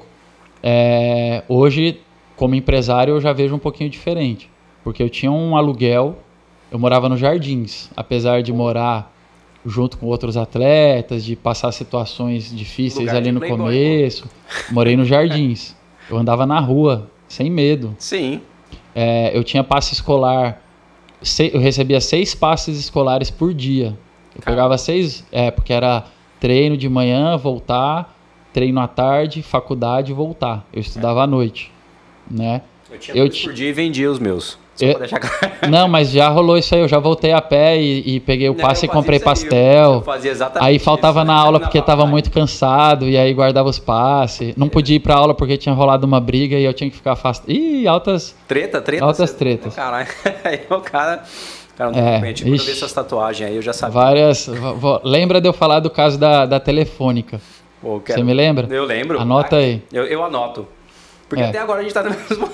hoje, como empresário, eu já vejo um pouquinho diferente. Porque eu tinha um aluguel eu morava nos Jardins. Apesar de morar junto com outros atletas, de passar situações difíceis ali no começo, morei nos Jardins. Eu andava na rua, sem medo. Sim. Eu tinha passe escolar, eu recebia 6 passes escolares por dia. Eu pegava 6, porque era treino de manhã, voltar, treino à tarde, faculdade, voltar. Eu estudava à noite, né? Eu tinha 2 por dia e vendia os meus. Não, mas já rolou isso aí. Eu já voltei a pé e peguei o passe e comprei pastel. Eu fazia exatamente aí faltava isso, na aula porque estava muito cansado e aí guardava os passes. Não podia ir pra aula porque tinha rolado uma briga e eu tinha que ficar afastado. Ih, altas tretas. Caralho, aí o cara não tem documente. Quando eu vi essas tatuagens aí, eu já sabia. Lembra de eu falar do caso da Telefônica? Você me lembra? Eu lembro. Anota aí. Eu anoto. Porque até agora a gente tá no mesmo...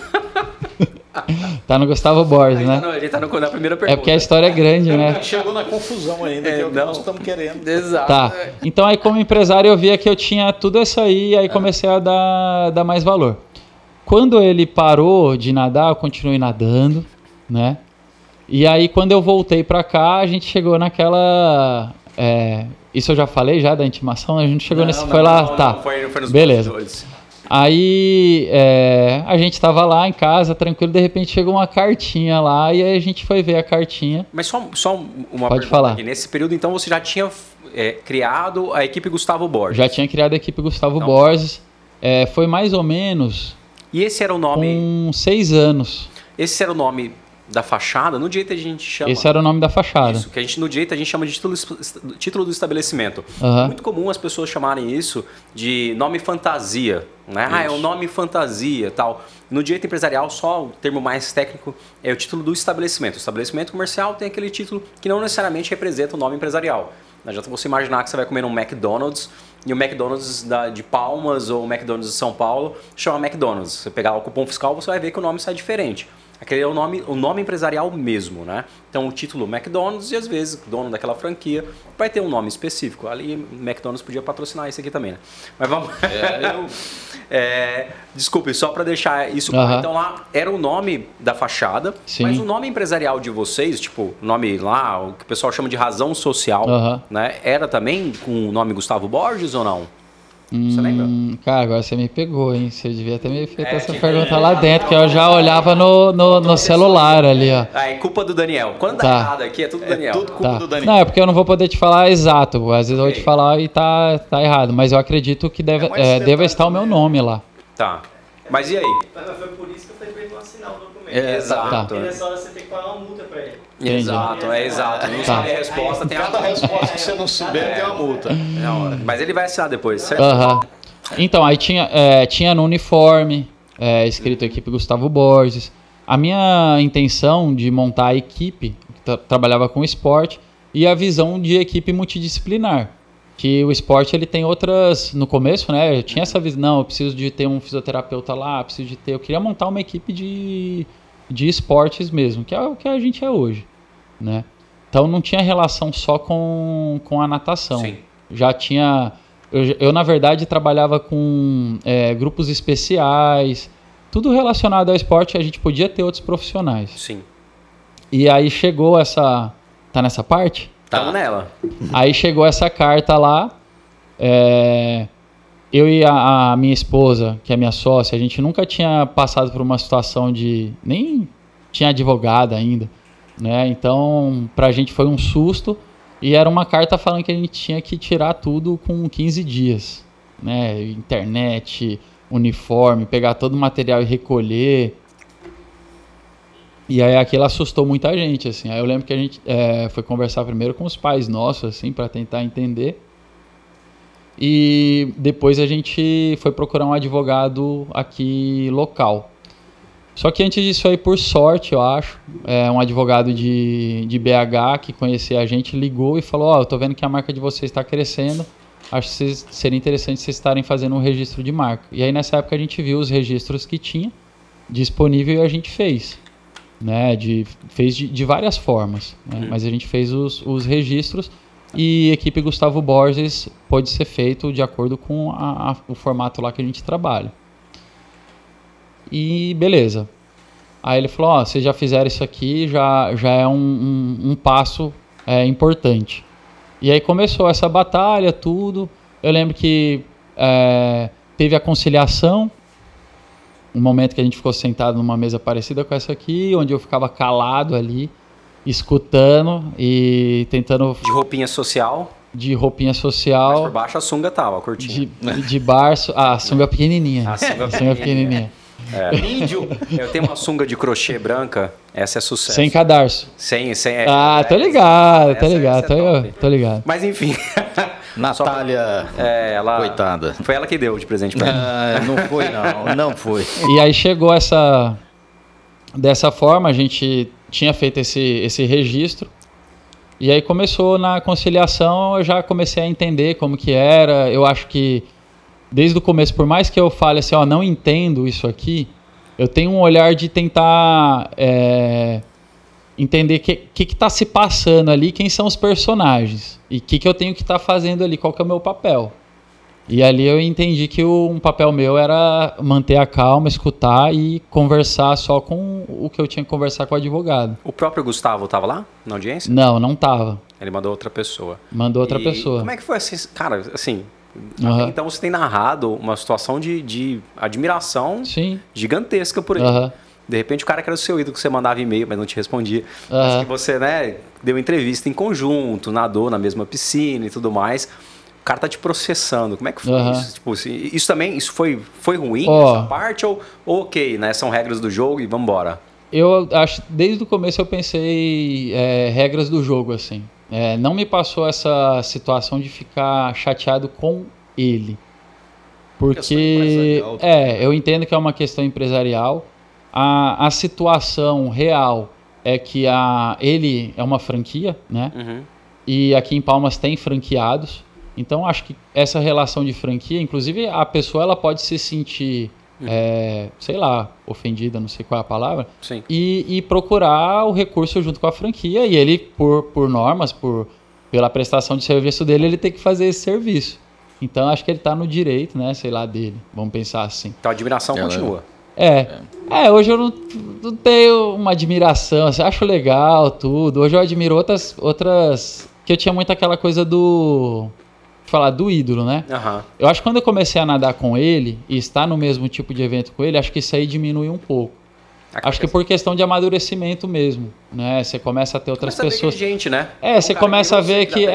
Tá no Gustavo Borges, né? A gente tá na primeira pergunta. É porque a história é grande, né? A gente chegou na confusão ainda, que é o que nós estamos querendo. Exato. Tá. Então aí como empresário eu via que eu tinha tudo isso aí e aí comecei a dar mais valor. Quando ele parou de nadar, eu continuei nadando, né? E aí quando eu voltei pra cá, a gente chegou naquela... isso eu já falei já da intimação? A gente chegou nesse... Foi lá? Tá. Foi nos beleza. bastidores. Aí a gente tava lá em casa, tranquilo, de repente chegou uma cartinha lá e aí a gente foi ver a cartinha. Mas só uma Pode falar. Aqui. Nesse período, então, você já tinha criado a equipe Gustavo Borges? Já tinha criado a equipe Gustavo Borges. Foi mais ou menos... E esse era o nome... Com 6 anos. Esse era o nome da fachada? No direito a gente chama... Esse era o nome da fachada. Isso, que no direito a gente chama de título do estabelecimento. Uhum. Muito comum as pessoas chamarem isso de nome fantasia, né? É o nome fantasia e tal. No direito empresarial, só o termo mais técnico é o título do estabelecimento. O estabelecimento comercial tem aquele título que não necessariamente representa o nome empresarial. Não adianta você imaginar que você vai comer um McDonald's e o McDonald's de Palmas ou o McDonald's de São Paulo chama McDonald's. Você pegar o cupom fiscal, você vai ver que o nome sai diferente. Aquele é o nome empresarial mesmo, né? Então o título McDonald's e às vezes o dono daquela franquia vai ter um nome específico. Ali McDonald's podia patrocinar isso aqui também, né? Mas vamos... desculpe, só para deixar isso claro. Então lá era o nome da fachada, Sim. mas o nome empresarial de vocês, tipo, o nome lá, o que o pessoal chama de razão social, né? Era também com o nome Gustavo Borges ou não? Você lembra? Cara, agora você me pegou, hein? Você devia ter me feito essa pergunta lá dentro, que eu já olhava no celular ali, ó. É culpa do Daniel. Quando dá errado aqui, é tudo do Daniel. Tudo culpa do Daniel. Não, é porque eu não vou poder te falar exato. Às vezes eu vou te falar e tá errado. Mas eu acredito que deva estar o meu nome lá. Tá. Mas e aí? Mas foi por isso que eu falei pra ele não assinar o documento. Exato. Porque nessa hora você tem que pagar uma multa pra ele. Exato. Não sabe a resposta, tem cada resposta que você não souber tem uma multa. Mas ele vai assinar depois, certo? Então, aí tinha no uniforme, escrito equipe Gustavo Borges. A minha intenção de montar a equipe, que trabalhava com esporte, e a visão de equipe multidisciplinar. Que o esporte ele tem outras... No começo, né? Eu tinha essa visão, não, eu preciso de ter um fisioterapeuta lá, eu queria montar uma equipe de esportes mesmo, que é o que a gente é hoje, né? Então não tinha relação só com a natação. Sim. Já tinha... Eu na verdade, trabalhava com grupos especiais, tudo relacionado ao esporte, a gente podia ter outros profissionais. Sim. E aí chegou essa... Tá nessa parte? Estamos nela. Aí chegou essa carta lá, eu e a minha esposa, que é minha sócia, a gente nunca tinha passado por uma situação de... Nem tinha advogado ainda, né? Então, pra gente foi um susto e era uma carta falando que a gente tinha que tirar tudo com 15 dias, né? Internet, uniforme, pegar todo o material e recolher. E aí aquilo assustou muita gente, assim. Aí eu lembro que a gente foi conversar primeiro com os pais nossos, assim, para tentar entender. E depois a gente foi procurar um advogado aqui local. Só que antes disso aí, por sorte, eu acho, um advogado de BH que conhecia a gente ligou e falou, eu tô vendo que a marca de vocês está crescendo, acho que seria interessante vocês estarem fazendo um registro de marca. E aí nessa época a gente viu os registros que tinha disponível e a gente fez. Né, fez de várias formas, né? Mas a gente fez os registros e a equipe Gustavo Borges pode ser feito de acordo com o formato lá que a gente trabalha. E beleza. Aí ele falou, ó, vocês já fizeram isso aqui, já é um passo importante. E aí começou essa batalha, tudo. Eu lembro que teve a conciliação, um momento que a gente ficou sentado numa mesa parecida com essa aqui, onde eu ficava calado ali, escutando e tentando... De roupinha social. De roupinha social. Mas por baixo a sunga tava, curtinha. De barço. A sunga pequenininha. A sunga pequenininha. Índio. Eu tenho uma sunga de crochê branca, essa é sucesso. Sem cadarço. Sem tô ligado, tô ligado. Mas enfim. Natália, ela, coitada. Foi ela que deu de presente pra mim. Não foi, não foi. E aí chegou dessa forma, a gente tinha feito esse registro. E aí começou na conciliação, eu já comecei a entender como que era. Eu acho que desde o começo, por mais que eu fale assim, ó, não entendo isso aqui, eu tenho um olhar de tentar entender o que está se passando ali, quem são os personagens e o que eu tenho que estar fazendo ali, qual que é o meu papel. E ali eu entendi que um papel meu era manter a calma, escutar e conversar só com o que eu tinha que conversar com o advogado. O próprio Gustavo estava lá na audiência? Não estava. Ele mandou outra pessoa. Pessoa. Como é que foi assim? Cara, assim... Então você tem narrado uma situação de admiração gigantesca por ele. De repente o cara que era o seu ídolo, que você mandava e-mail, mas não te respondia. Mas que você, né, deu entrevista em conjunto, nadou na mesma piscina e tudo mais. O cara tá te processando. Como é que foi isso? Tipo, assim, isso também foi ruim, essa parte? Ou ok, né? São regras do jogo e vambora? Eu acho, desde o começo eu pensei regras do jogo, assim. Não me passou essa situação de ficar chateado com ele. Porque eu entendo que é uma questão empresarial. A situação real é que ele é uma franquia, né? E aqui em Palmas tem franqueados. Então acho que essa relação de franquia, inclusive a pessoa ela pode se sentir, sei lá, ofendida, não sei qual é a palavra, e procurar o recurso junto com a franquia. E ele, por normas, pela prestação de serviço dele, ele tem que fazer esse serviço. Então acho que ele está no direito, né, sei lá, dele. Vamos pensar assim. Então a admiração continua. Hoje eu não tenho uma admiração, assim, acho legal tudo. Hoje eu admiro outras que eu tinha muito aquela coisa do ídolo, né? Eu acho que quando eu comecei a nadar com ele e estar no mesmo tipo de evento com ele, acho que isso aí diminuiu um pouco. Acho que por questão de amadurecimento mesmo, né? Você começa a ter outras pessoas. Gente, né? Você começa a ver que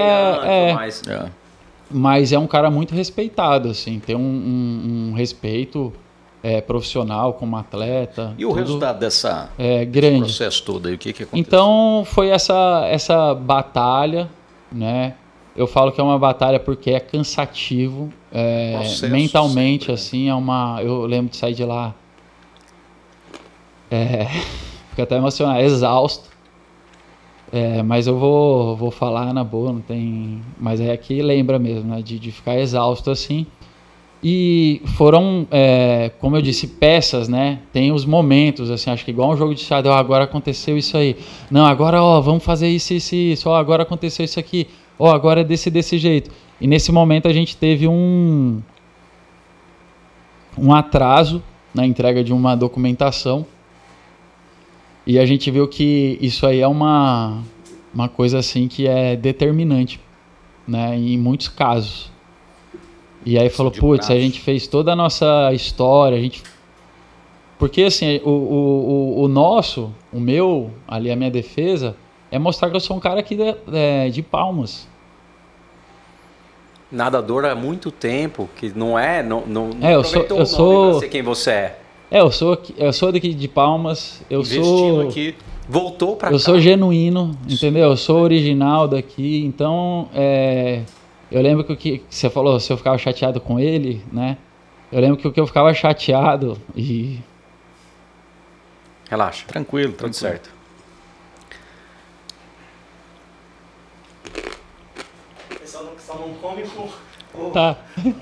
mas é um cara muito respeitado, assim, tem um respeito profissional como atleta. E o resultado dessa grande processo todo aí, o que aconteceu? Então foi essa batalha, né? Eu falo que é uma batalha porque é cansativo, mentalmente, sempre, assim, eu lembro de sair de lá, fico até emocionado, exausto, mas eu vou falar na boa, não tem, mas é que lembra mesmo, né, de ficar exausto, assim, e foram, como eu disse, peças, né, tem os momentos, assim, acho que igual um jogo de xadrez, agora aconteceu isso aí, não, agora, vamos fazer isso, agora aconteceu isso aqui, agora é desse jeito. E nesse momento a gente teve um atraso na entrega de uma documentação. E a gente viu que isso aí é uma coisa assim que é determinante, né, em muitos casos. E aí falou, putz, a gente fez toda a nossa história, porque assim, o meu, ali a minha defesa, é mostrar que eu sou um cara aqui de Palmas. Nadador há muito tempo, que não eu sou pra ser quem você é. Eu sou daqui de Palmas, aqui, voltou pra cá. Eu sou genuíno, entendeu? Eu sou original daqui, então eu lembro que o que você falou, se eu ficava chateado com ele, né? Eu lembro que o que eu ficava chateado e... Relaxa. Tranquilo, tudo certo. Só não come por... Tá.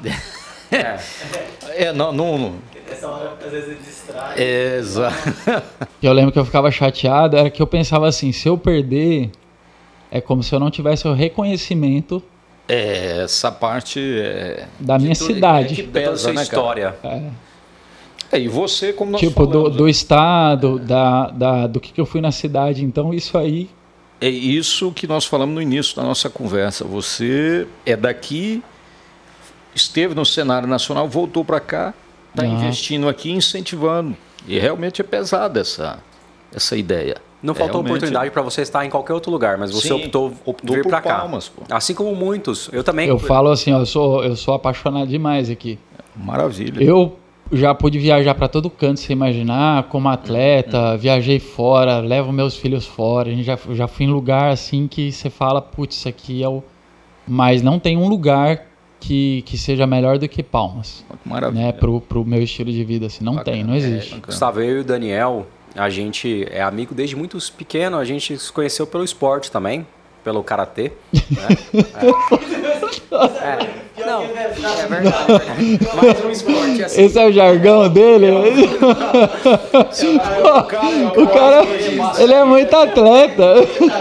Não. Essa hora, às vezes, ele distrai. Exato. Eu lembro que eu ficava chateado, era que eu pensava assim, se eu perder, é como se eu não tivesse o reconhecimento... essa parte... da minha cidade. Que pesa, né, história. E você, como nós tipo, falamos, do estado, do que eu fui na cidade. Então, isso aí... É isso que nós falamos no início da nossa conversa. Você é daqui, esteve no cenário nacional, voltou para cá, está investindo aqui, incentivando. E realmente é pesada essa ideia. Não faltou oportunidade para você estar em qualquer outro lugar, mas você optou vir para cá. Palmas, pô. Assim como muitos. Eu também. Eu falo assim, ó, eu sou apaixonado demais aqui. Maravilha. Eu já pude viajar para todo canto, você imaginar, como atleta, viajei fora, levo meus filhos fora. A gente já fui em lugar assim que você fala, putz, isso aqui é o... Mas não tem um lugar que seja melhor do que Palmas. Maravilha. Né, pro meu estilo de vida, assim, não tem, não existe. Gustavo, eu e o Daniel, a gente é amigo desde muito pequeno, a gente se conheceu pelo esporte também, pelo karatê. Né? Não, é verdade. Mas um esporte assim. Esse é o jargão dele? O cara, ele é muito atleta.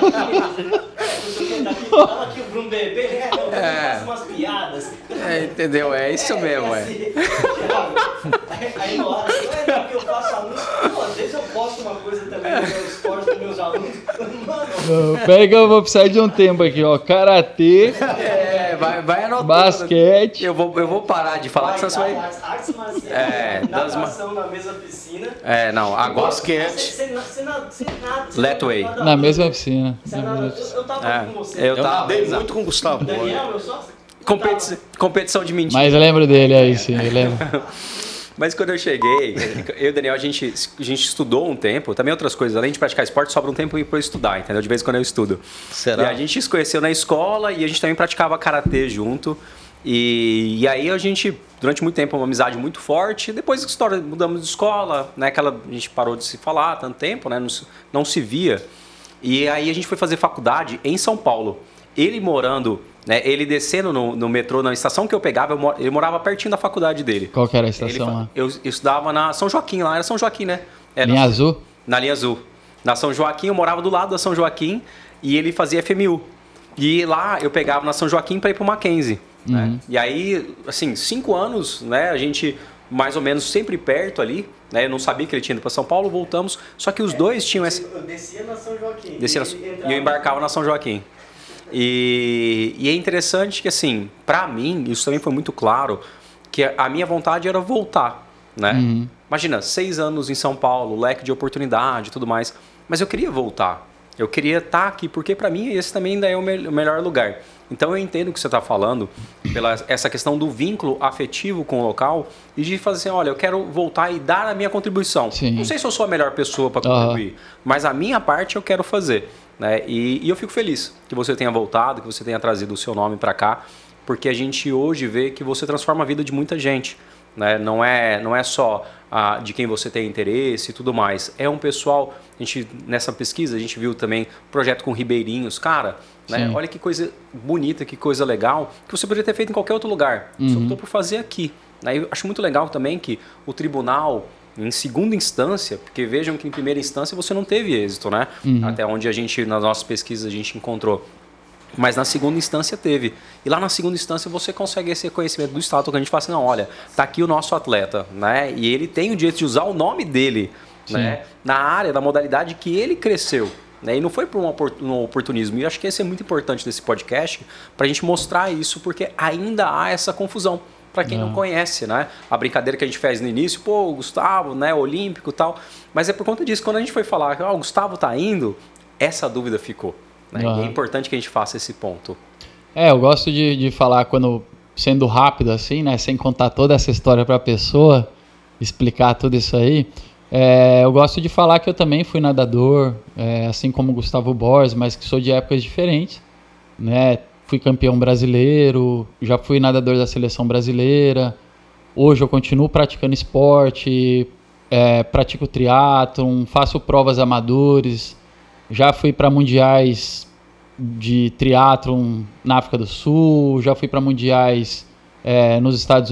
Fala que o Bruno bebê, faz umas piadas. Entendeu? É isso mesmo, Aí na hora, que eu faço anúncio, às vezes eu posto uma coisa também no meu esporte com meus alunos. Mano. Pega, eu vou precisar de um tempo aqui, ó. Karatê, vai anotando. basquete. Eu vou parar de falar que você vai... Artes marciais, natação na mesma piscina. Não, agora... Basquete. Sem nada. Letway. Na mesma piscina. Eu tava com você. Eu Nadei muito com o Gustavo. Daniel, meu sócio. Competição de mentira. Mas eu lembro dele aí, sim, eu lembro. Mas quando eu cheguei, eu e o Daniel, a gente estudou um tempo, também outras coisas, além de praticar esporte, sobra um tempo para eu estudar, entendeu? De vez em quando eu estudo. Será? E a gente se conheceu na escola e a gente também praticava karatê junto. E aí a gente, durante muito tempo, uma amizade muito forte. Depois mudamos de escola, né? A gente parou de se falar há tanto tempo, né? Não se via. E aí a gente foi fazer faculdade em São Paulo. Ele morando... Né, ele descendo no metrô, na estação que eu pegava, ele morava pertinho da faculdade dele. Qual que era a estação lá? Eu estudava na São Joaquim, lá era São Joaquim, né? Linha Azul? Na Linha Azul. Na São Joaquim, eu morava do lado da São Joaquim e ele fazia FMU. E lá eu pegava na São Joaquim para ir pro Mackenzie. Né? E aí, assim, 5 anos, né? A gente mais ou menos sempre perto ali. Né? Eu não sabia que ele tinha ido para São Paulo, voltamos. Só que os dois tinham essa... Eu descia na São Joaquim. E eu embarcava na São Joaquim. E é interessante que, assim, para mim, isso também foi muito claro, que a minha vontade era voltar, né? Imagina, 6 anos em São Paulo, leque de oportunidade e tudo mais, mas eu queria voltar. Eu queria estar aqui, porque para mim esse também ainda é o melhor lugar. Então eu entendo o que você está falando, pela essa questão do vínculo afetivo com o local e de fazer assim, olha, eu quero voltar e dar a minha contribuição. Sim. Não sei se eu sou a melhor pessoa para contribuir, mas a minha parte eu quero fazer. Né? E eu fico feliz que você tenha voltado, que você tenha trazido o seu nome para cá, porque a gente hoje vê que você transforma a vida de muita gente. Né? Não é só de quem você tem interesse e tudo mais. É um pessoal, nessa pesquisa a gente viu também projeto com ribeirinhos. Cara, né? Olha que coisa bonita, que coisa legal, que você poderia ter feito em qualquer outro lugar. Você optou por fazer aqui. Né? Eu acho muito legal também que o tribunal, em segunda instância, porque vejam que em primeira instância você não teve êxito, né? Até onde nas nossas pesquisas a gente encontrou. Mas na segunda instância teve. E lá na segunda instância você consegue esse reconhecimento do Estado, que a gente fala assim, não, olha, tá aqui o nosso atleta, né? E ele tem o direito de usar o nome dele, né? Na área, na modalidade que ele cresceu. Né? E não foi por um oportunismo. E eu acho que esse é muito importante desse podcast, pra gente mostrar isso, porque ainda há essa confusão. Para quem não conhece, né? A brincadeira que a gente fez no início, pô, o Gustavo, né? Olímpico e tal. Mas é por conta disso. Quando a gente foi falar, o Gustavo tá indo, essa dúvida ficou. Né? E é importante que a gente faça esse ponto. Eu gosto de falar quando, sendo rápido assim, né? Sem contar toda essa história para a pessoa, explicar tudo isso aí. Eu gosto de falar que eu também fui nadador, assim como o Gustavo Borges, mas que sou de épocas diferentes, né? Fui campeão brasileiro, já fui nadador da seleção brasileira. Hoje eu continuo praticando esporte, pratico triatlon, faço provas amadores. Já fui para mundiais de triatlon na África do Sul, já fui para mundiais nos Estados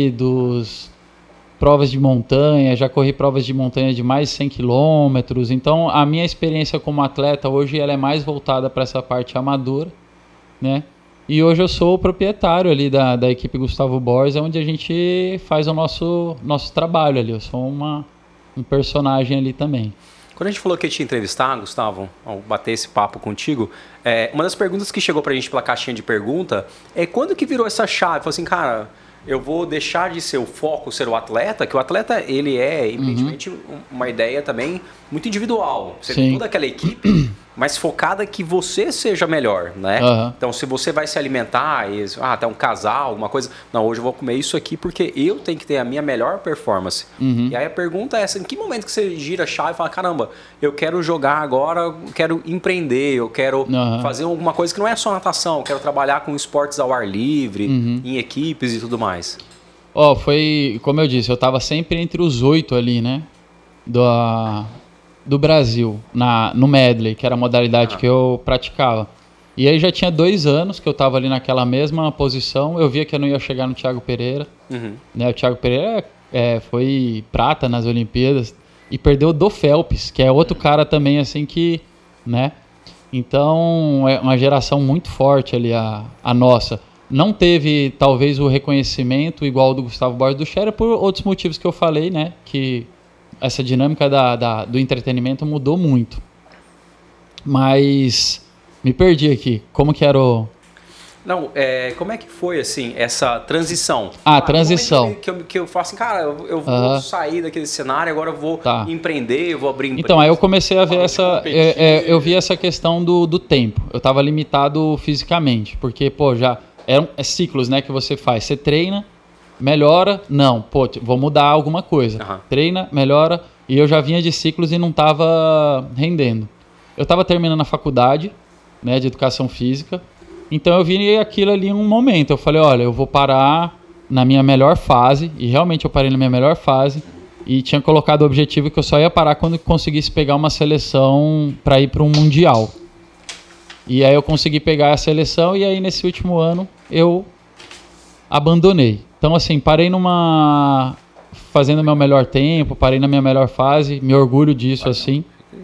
Unidos, provas de montanha, já corri provas de montanha de mais de 100 quilômetros. Então a minha experiência como atleta hoje ela é mais voltada para essa parte amadora. Né? E hoje eu sou o proprietário ali da equipe Gustavo Borges, onde a gente faz o nosso trabalho ali. Eu sou um personagem ali também. Quando a gente falou que ia te entrevistar, Gustavo, ao bater esse papo contigo, uma das perguntas que chegou pra gente pela caixinha de pergunta é quando que virou essa chave? Falou assim, cara, eu vou deixar de ser o foco, ser o atleta, que o atleta, ele é, evidentemente, uma ideia também muito individual. Você tem toda aquela equipe, mas focada que você seja melhor, né? Então, se você vai se alimentar, até um casal, alguma coisa, não, hoje eu vou comer isso aqui porque eu tenho que ter a minha melhor performance. E aí a pergunta é essa, em que momento que você gira a chave e fala, caramba, eu quero jogar agora, eu quero empreender, eu quero fazer alguma coisa que não é só natação, eu quero trabalhar com esportes ao ar livre, em equipes e tudo mais. Foi, como eu disse, eu estava sempre entre os 8 ali, né? Do Brasil, no medley, que era a modalidade que eu praticava. E aí já tinha 2 anos que eu estava ali naquela mesma posição, eu via que eu não ia chegar no Thiago Pereira. Né? O Thiago Pereira foi prata nas Olimpíadas e perdeu do Phelps, que é outro cara também assim que, né? Então é uma geração muito forte ali a nossa. Não teve talvez o reconhecimento igual ao do Gustavo Borges do Scherer por outros motivos que eu falei, né? Que essa dinâmica do entretenimento mudou muito. Mas me perdi aqui. Como que era o... Não, como é que foi, assim, essa transição? Transição. Que eu falo assim, cara, eu vou sair daquele cenário, agora eu vou empreender, eu vou abrir empresa. Então, aí eu comecei a ver eu vi essa questão do tempo. Eu estava limitado fisicamente, porque, já eram ciclos, né, que você faz. Você treina, melhora, não, vou mudar alguma coisa. Treina, melhora, e eu já vinha de ciclos e não estava rendendo. Eu estava terminando a faculdade, né, de educação física, então eu vi aquilo ali em um momento. Eu falei, olha, eu vou parar na minha melhor fase, e realmente eu parei na minha melhor fase, e tinha colocado o objetivo que eu só ia parar quando conseguisse pegar uma seleção para ir para um mundial. E aí eu consegui pegar a seleção, e aí nesse último ano eu abandonei. Então, assim, parei fazendo meu melhor tempo, parei na minha melhor fase, me orgulho disso, assim,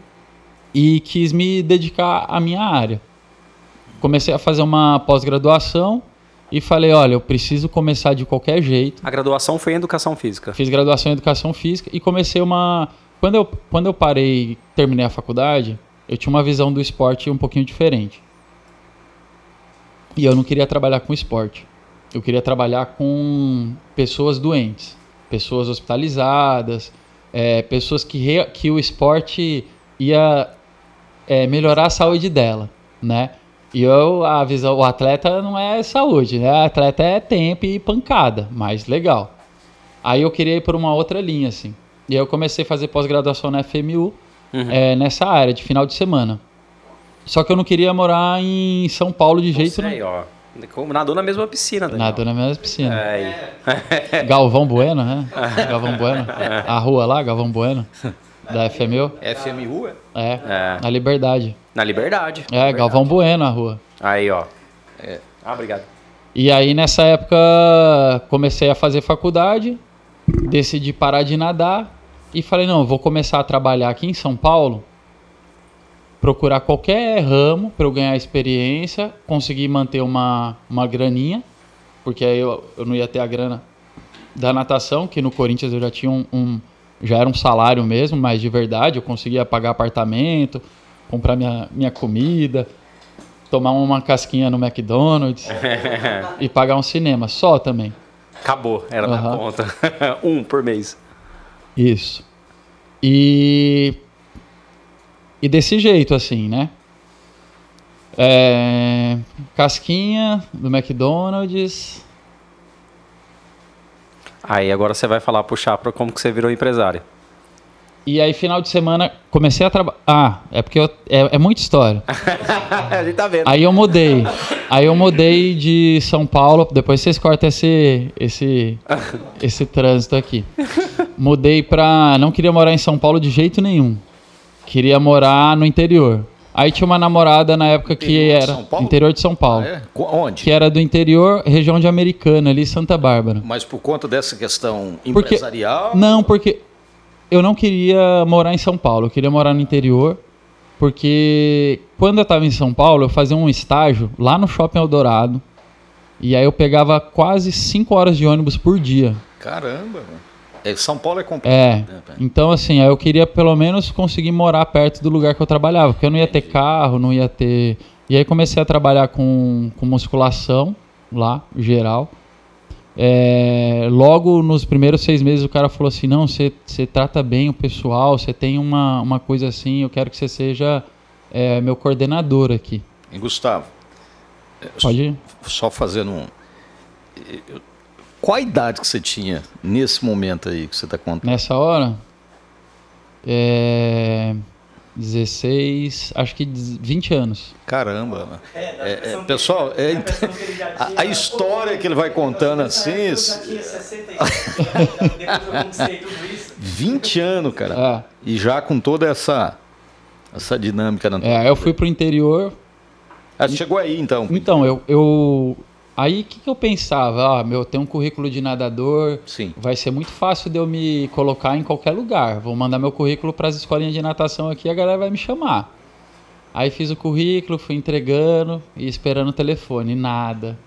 e quis me dedicar à minha área. Comecei a fazer uma pós-graduação e falei, olha, eu preciso começar de qualquer jeito. A graduação foi em Educação Física? Fiz graduação em Educação Física e comecei Quando eu parei e terminei a faculdade, eu tinha uma visão do esporte um pouquinho diferente. E eu não queria trabalhar com esporte. Eu queria trabalhar com pessoas doentes, pessoas hospitalizadas, pessoas que o esporte ia melhorar a saúde dela, né? E a visão, o atleta não é saúde, né? O atleta é tempo e pancada, mais legal. Aí eu queria ir por uma outra linha, assim. E aí eu comecei a fazer pós-graduação na FMU, nessa área, de final de semana. Só que eu não queria morar em São Paulo de jeito nenhum. Ó. Nadou na mesma piscina, Daniel. Nadou na mesma piscina. Galvão Bueno, né? Galvão Bueno. A rua lá, Galvão Bueno, da FMU. FMU, na Liberdade. Na Liberdade. Galvão Bueno a rua. Aí, ó. Obrigado. E aí, nessa época, comecei a fazer faculdade, decidi parar de nadar e falei, não, eu vou começar a trabalhar aqui em São Paulo, procurar qualquer ramo para eu ganhar experiência, conseguir manter uma graninha, porque aí eu não ia ter a grana da natação, que no Corinthians eu já tinha já era um salário mesmo, mas de verdade, eu conseguia pagar apartamento, comprar minha comida, tomar uma casquinha no McDonald's e pagar um cinema, só também. Acabou, era na conta. Por mês. Isso. E desse jeito, assim, né? Casquinha do McDonald's. Aí agora você vai puxar para como que você virou empresário. E aí, final de semana, comecei a trabalhar. É porque é muita história. A gente tá vendo. Aí eu mudei de São Paulo. Depois vocês cortam esse trânsito aqui. Mudei não queria morar em São Paulo de jeito nenhum. Queria morar no interior. Aí tinha uma namorada na época que era interior de São Paulo. Onde? Que era do interior, região de Americana, ali, Santa Bárbara. Mas por conta dessa questão empresarial? Não, porque eu não queria morar em São Paulo, eu queria morar no interior, porque quando eu estava em São Paulo, eu fazia um estágio lá no Shopping Eldorado, E aí eu pegava quase 5 horas de ônibus por dia. Caramba, mano. São Paulo é complicado. Então assim, aí eu queria pelo menos conseguir morar perto do lugar que eu trabalhava, porque eu não ia ter carro, não ia ter... E aí comecei a trabalhar com musculação lá, geral. Logo nos primeiros 6 meses o cara falou assim, não, você trata bem o pessoal, você tem uma coisa assim, eu quero que você seja meu coordenador aqui. E Gustavo, pode ir? Só fazendo qual a idade que você tinha nesse momento aí que você está contando? Nessa hora? 16, acho que 20 anos. Caramba. Pessoal, a história que ele vai contando assim... 20 anos, cara. E já com toda essa dinâmica. Eu fui pro interior. Você chegou aí, então? Então, aí o que eu pensava? Eu tenho um currículo de nadador, sim, vai ser muito fácil de eu me colocar em qualquer lugar. Vou mandar meu currículo para as escolinhas de natação aqui e a galera vai me chamar. Aí fiz o currículo, fui entregando e esperando o telefone. Nada.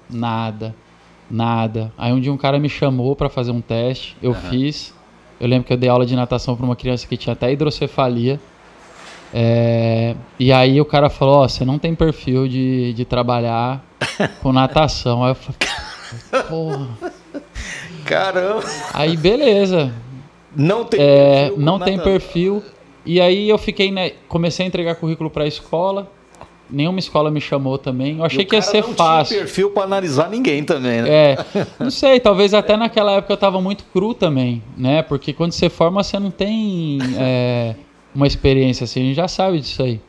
Aí um dia um cara me chamou para fazer um teste, eu fiz. Eu lembro que eu dei aula de natação para uma criança que tinha até hidrocefalia. E aí o cara falou, você não tem perfil de trabalhar com natação. Aí eu falei, porra. Caramba. Aí beleza. Não tem perfil. Não tem perfil. E aí eu fiquei, comecei a entregar currículo para a escola. Nenhuma escola me chamou também. Eu achei que ia ser fácil. Não tinha perfil para analisar ninguém também, né? Não sei, talvez até naquela época eu estava muito cru também, né? Porque quando você forma, você não tem uma experiência assim, a gente já sabe disso aí.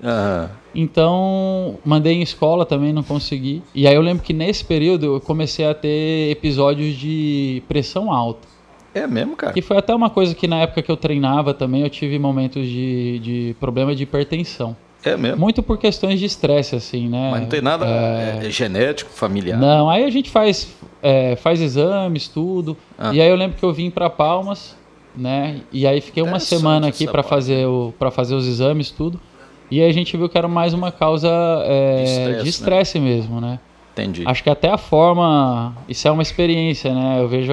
Então, mandei em escola também, não consegui. E aí eu lembro que nesse período eu comecei a ter episódios de pressão alta. É mesmo, cara? Que foi até uma coisa que na época que eu treinava também, eu tive momentos de problema de hipertensão. É mesmo? Muito por questões de estresse, assim, né? Mas não tem nada genético, familiar? Não, aí a gente faz exames, tudo. E aí eu lembro que eu vim para Palmas, né? E aí fiquei uma semana aqui para fazer os exames, tudo. E aí a gente viu que era mais uma causa de estresse, né? Mesmo, né? Entendi. Acho que até a forma... Isso é uma experiência, né? Eu vejo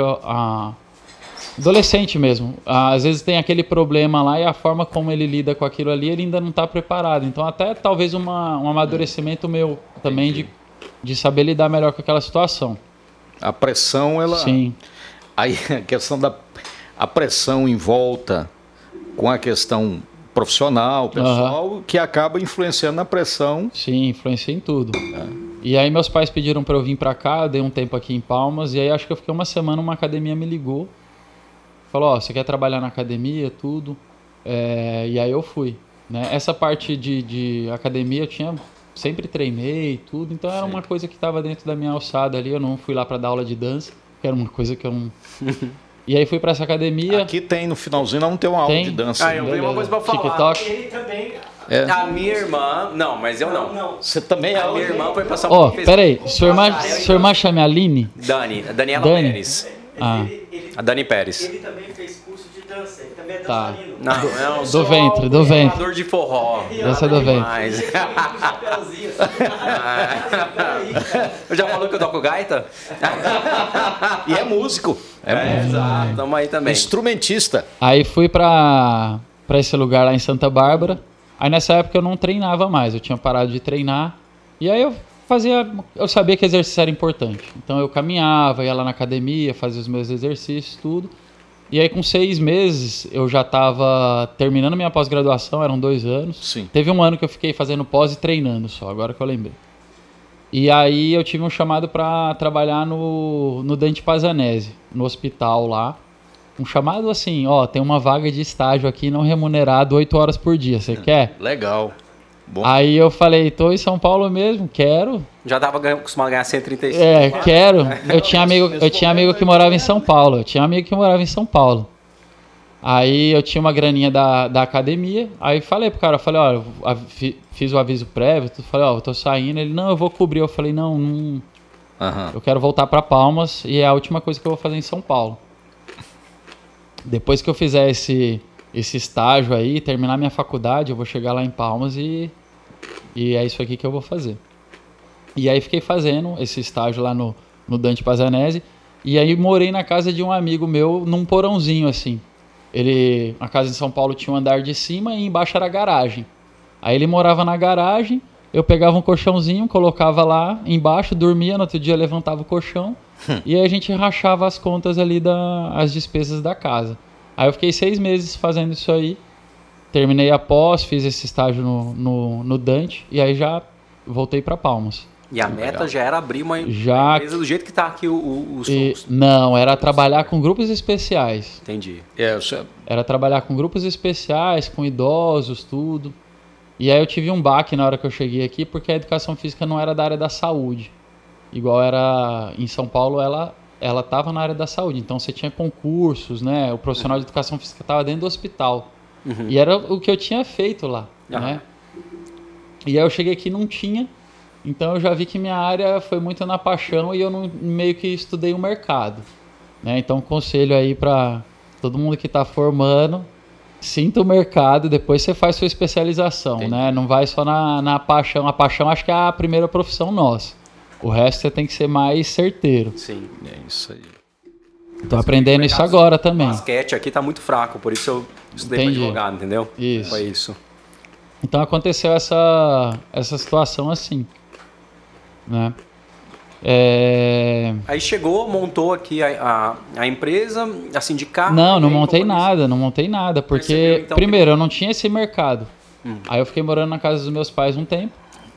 adolescente mesmo. Às vezes tem aquele problema lá e a forma como ele lida com aquilo ali, ele ainda não está preparado. Então até talvez um amadurecimento meu também de saber lidar melhor com aquela situação. A pressão, ela... Sim. Aí a questão a pressão em volta com a questão profissional, pessoal, que acaba influenciando na pressão. Sim, influencia em tudo. E aí meus pais pediram para eu vir para cá, eu dei um tempo aqui em Palmas, e aí acho que eu fiquei uma semana, uma academia me ligou. Falou, você quer trabalhar na academia, tudo? E aí eu fui. Né? Essa parte de academia eu sempre treinei e tudo, então era uma coisa que estava dentro da minha alçada ali, eu não fui lá para dar aula de dança, que era uma coisa que eu não... E aí fui para essa academia... Aqui tem, no finalzinho, não tem uma aula de dança. Eu tenho uma coisa para falar. TikTok. Ele também... A minha irmã... Não, mas eu não. Você também é a minha irmã foi passar por... peraí, sua irmã chama Aline? Daniela Pérez. A Dani Pérez. Ele também fez curso de dança, ele também é dançarino. Não, do ventre, do ventre. Dançador de forró. Dança do ventre. Eu já falou que eu toco gaita? E é músico. Exato, tamo aí também. Instrumentista. Aí fui pra esse lugar lá em Santa Bárbara. Aí nessa época eu não treinava mais, eu tinha parado de treinar. E aí eu sabia que exercício era importante. Então eu caminhava, ia lá na academia, fazia os meus exercícios, tudo. E aí com 6 meses eu já estava terminando minha pós-graduação, eram 2 anos. Sim. Teve um ano que eu fiquei fazendo pós e treinando só, agora que eu lembrei. E aí eu tive um chamado para trabalhar no Dante Pazanese, no hospital lá. Um chamado assim, tem uma vaga de estágio aqui não remunerado 8 horas por dia, você quer? Legal. Bom. Aí eu falei, tô em São Paulo mesmo, quero. Já tava acostumado a ganhar 135. Quero. Eu tinha amigo que morava em São Paulo. Aí eu tinha uma graninha da academia. Aí falei pro cara, fiz o aviso prévio, falei, eu tô saindo. Ele, não, eu vou cobrir. Eu falei, não. Eu quero voltar pra Palmas e é a última coisa que eu vou fazer em São Paulo. Depois que eu fizer esse estágio aí, terminar minha faculdade, eu vou chegar lá em Palmas e é isso aqui que eu vou fazer. E aí fiquei fazendo esse estágio lá no no Dante Pazanese. E aí morei na casa de um amigo meu, num porãozinho assim. A casa em São Paulo tinha um andar de cima e embaixo era a garagem. Aí ele morava na garagem, eu pegava um colchãozinho, colocava lá embaixo, dormia, no outro dia levantava o colchão e aí a gente rachava as contas ali, as despesas da casa. Aí eu fiquei 6 meses fazendo isso aí, terminei a pós, fiz esse estágio no Dante e aí já voltei para Palmas. E a meta já era abrir uma empresa do jeito que está aqui o Sons? Não, era trabalhar com grupos especiais. Entendi. Era trabalhar com grupos especiais, com idosos, tudo. E aí eu tive um baque na hora que eu cheguei aqui, porque a educação física não era da área da saúde. Igual era em São Paulo, ela estava na área da saúde. Então você tinha concursos, né? O profissional de educação física estava dentro do hospital. E era o que eu tinha feito lá, né? E aí eu cheguei aqui e não tinha. Então eu já vi que minha área foi muito na paixão e eu não, meio que estudei o mercado, né? Então conselho aí para todo mundo que está formando, sinta o mercado, depois você faz sua especialização. Entendi. Né? Não vai só na paixão. A paixão acho que é a primeira profissão nossa. O resto você tem que ser mais certeiro. Sim, é isso aí. Tô aprendendo isso agora também. O basquete aqui tá muito fraco, por isso eu estudei para advogado, entendeu? Isso. Foi isso. Então aconteceu essa situação assim. Né? Aí chegou, montou aqui a empresa, a sindicato. Não montei nada, porque percebeu, então, primeiro eu não tinha esse mercado. Aí eu fiquei morando na casa dos meus pais um tempo.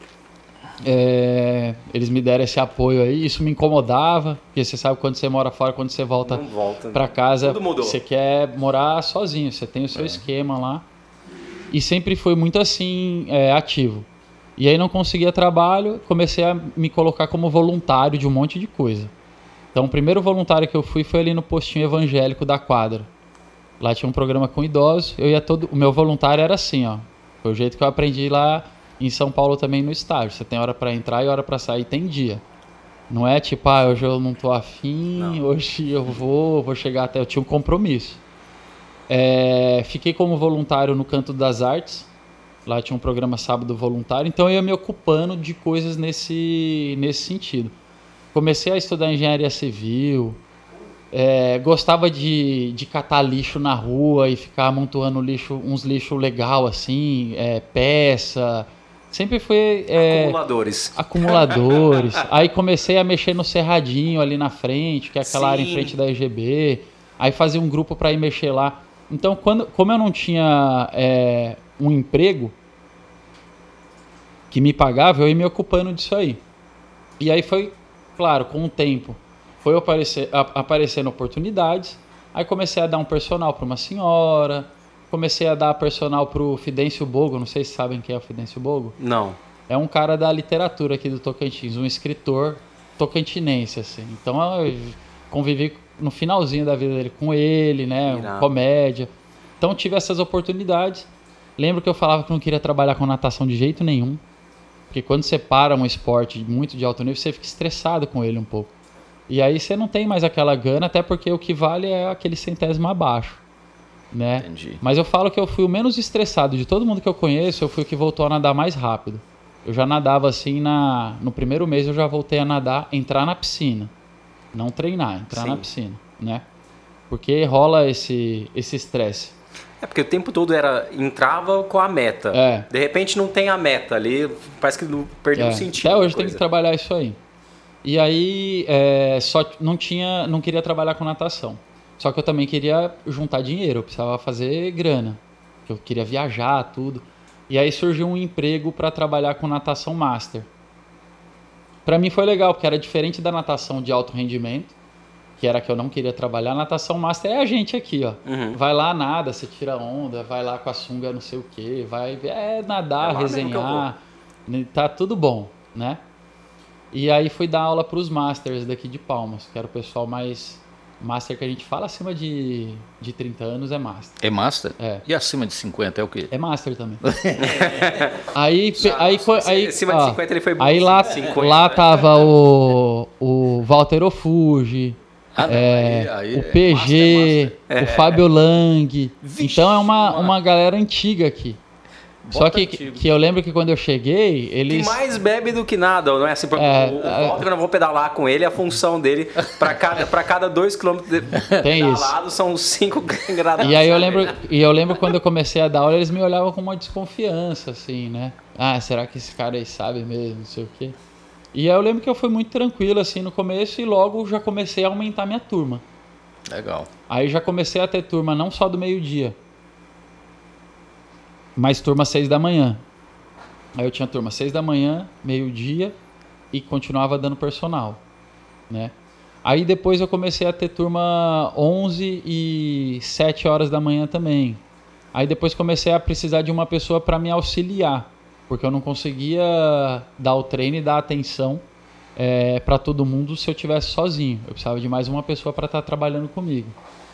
Eles me deram esse apoio aí, isso me incomodava, porque você sabe quando você mora fora, quando você volta para casa, você quer morar sozinho, você tem o seu esquema lá. E sempre foi muito assim, ativo. E aí não conseguia trabalho, comecei a me colocar como voluntário de um monte de coisa. Então o primeiro voluntário que eu fui foi ali no postinho evangélico da quadra. Lá tinha um programa com idosos, o meu voluntário era assim, ó. Foi o jeito que eu aprendi lá em São Paulo também no estágio. Você tem hora para entrar e hora para sair, tem dia. Não é tipo, hoje eu não tô afim, hoje eu vou chegar até... Eu tinha um compromisso. Fiquei como voluntário no Canto das Artes. Lá tinha um programa sábado voluntário, então eu ia me ocupando de coisas nesse sentido. Comecei a estudar engenharia civil, gostava de catar lixo na rua e ficar amontoando uns lixos legal assim, peça. Sempre foi... Acumuladores. Aí comecei a mexer no cerradinho ali na frente, que é aquela área em frente da EGB. Aí fazia um grupo para ir mexer lá. Então, como eu não tinha um emprego que me pagava, eu ia me ocupando disso aí. E aí foi, claro, com o tempo, foi aparecendo oportunidades. Aí comecei a dar um personal para uma senhora, comecei a dar personal para o Fidêncio Bogo, não sei se sabem quem é o Fidêncio Bogo. Não. É um cara da literatura aqui do Tocantins, um escritor tocantinense, assim. Então eu convivi no finalzinho da vida dele com ele, né, comédia. Então tive essas oportunidades. Lembro que eu falava que não queria trabalhar com natação de jeito nenhum. Porque quando você para um esporte muito de alto nível, você fica estressado com ele um pouco. E aí você não tem mais aquela gana, até porque o que vale é aquele centésimo abaixo. Né? Entendi. Mas eu falo que eu fui o menos estressado de todo mundo que eu conheço, eu fui o que voltou a nadar mais rápido. Eu já nadava assim, no primeiro mês eu já voltei a nadar, entrar na piscina. Não treinar, entrar na piscina, né? Porque rola esse estresse. Porque o tempo todo entrava com a meta. De repente não tem a meta ali, parece que perdeu o sentido. Até hoje tem que trabalhar isso aí. E aí só não queria trabalhar com natação. Só que eu também queria juntar dinheiro, eu precisava fazer grana. Eu queria viajar, tudo. E aí surgiu um emprego para trabalhar com natação master. Para mim foi legal, porque era diferente da natação de alto rendimento, que era que eu não queria trabalhar. A natação master é a gente aqui, ó. Vai lá, nada, você tira onda, vai lá com a sunga não sei o quê, vai nadar, resenhar, tá tudo bom, né? E aí fui dar aula para os masters daqui de Palmas, que era o pessoal mais... Master que a gente fala acima de 30 anos é master. É master? E acima de 50 é o quê? É master também. aí acima de 50 ele foi bom. Aí lá, 50, lá tava o Walter Ofuji, o PG, o Fábio Lang. Vixe, então é uma galera antiga aqui. Só que eu lembro que quando eu cheguei, eles... Que mais bebe do que nada, não é assim? O Walter, eu não vou pedalar com ele, a função dele, para cada 2 km pedalado, são 5 graus. E aí eu lembro quando eu comecei a dar aula, eles me olhavam com uma desconfiança, assim, né? Ah, será que esse cara aí sabe mesmo, não sei o quê. E aí eu lembro que eu fui muito tranquilo, assim, no começo, e logo já comecei a aumentar minha turma. Legal. Aí já comecei a ter turma não só do meio-dia, mas turma 6 da manhã. Aí eu tinha turma 6 da manhã, meio-dia e continuava dando personal, né? Aí depois eu comecei a ter turma 11 e 7 horas da manhã também. Aí depois comecei a precisar de uma pessoa para me auxiliar, porque eu não conseguia dar o treino e dar atenção para todo mundo se eu estivesse sozinho. Eu precisava de mais uma pessoa para estar trabalhando comigo.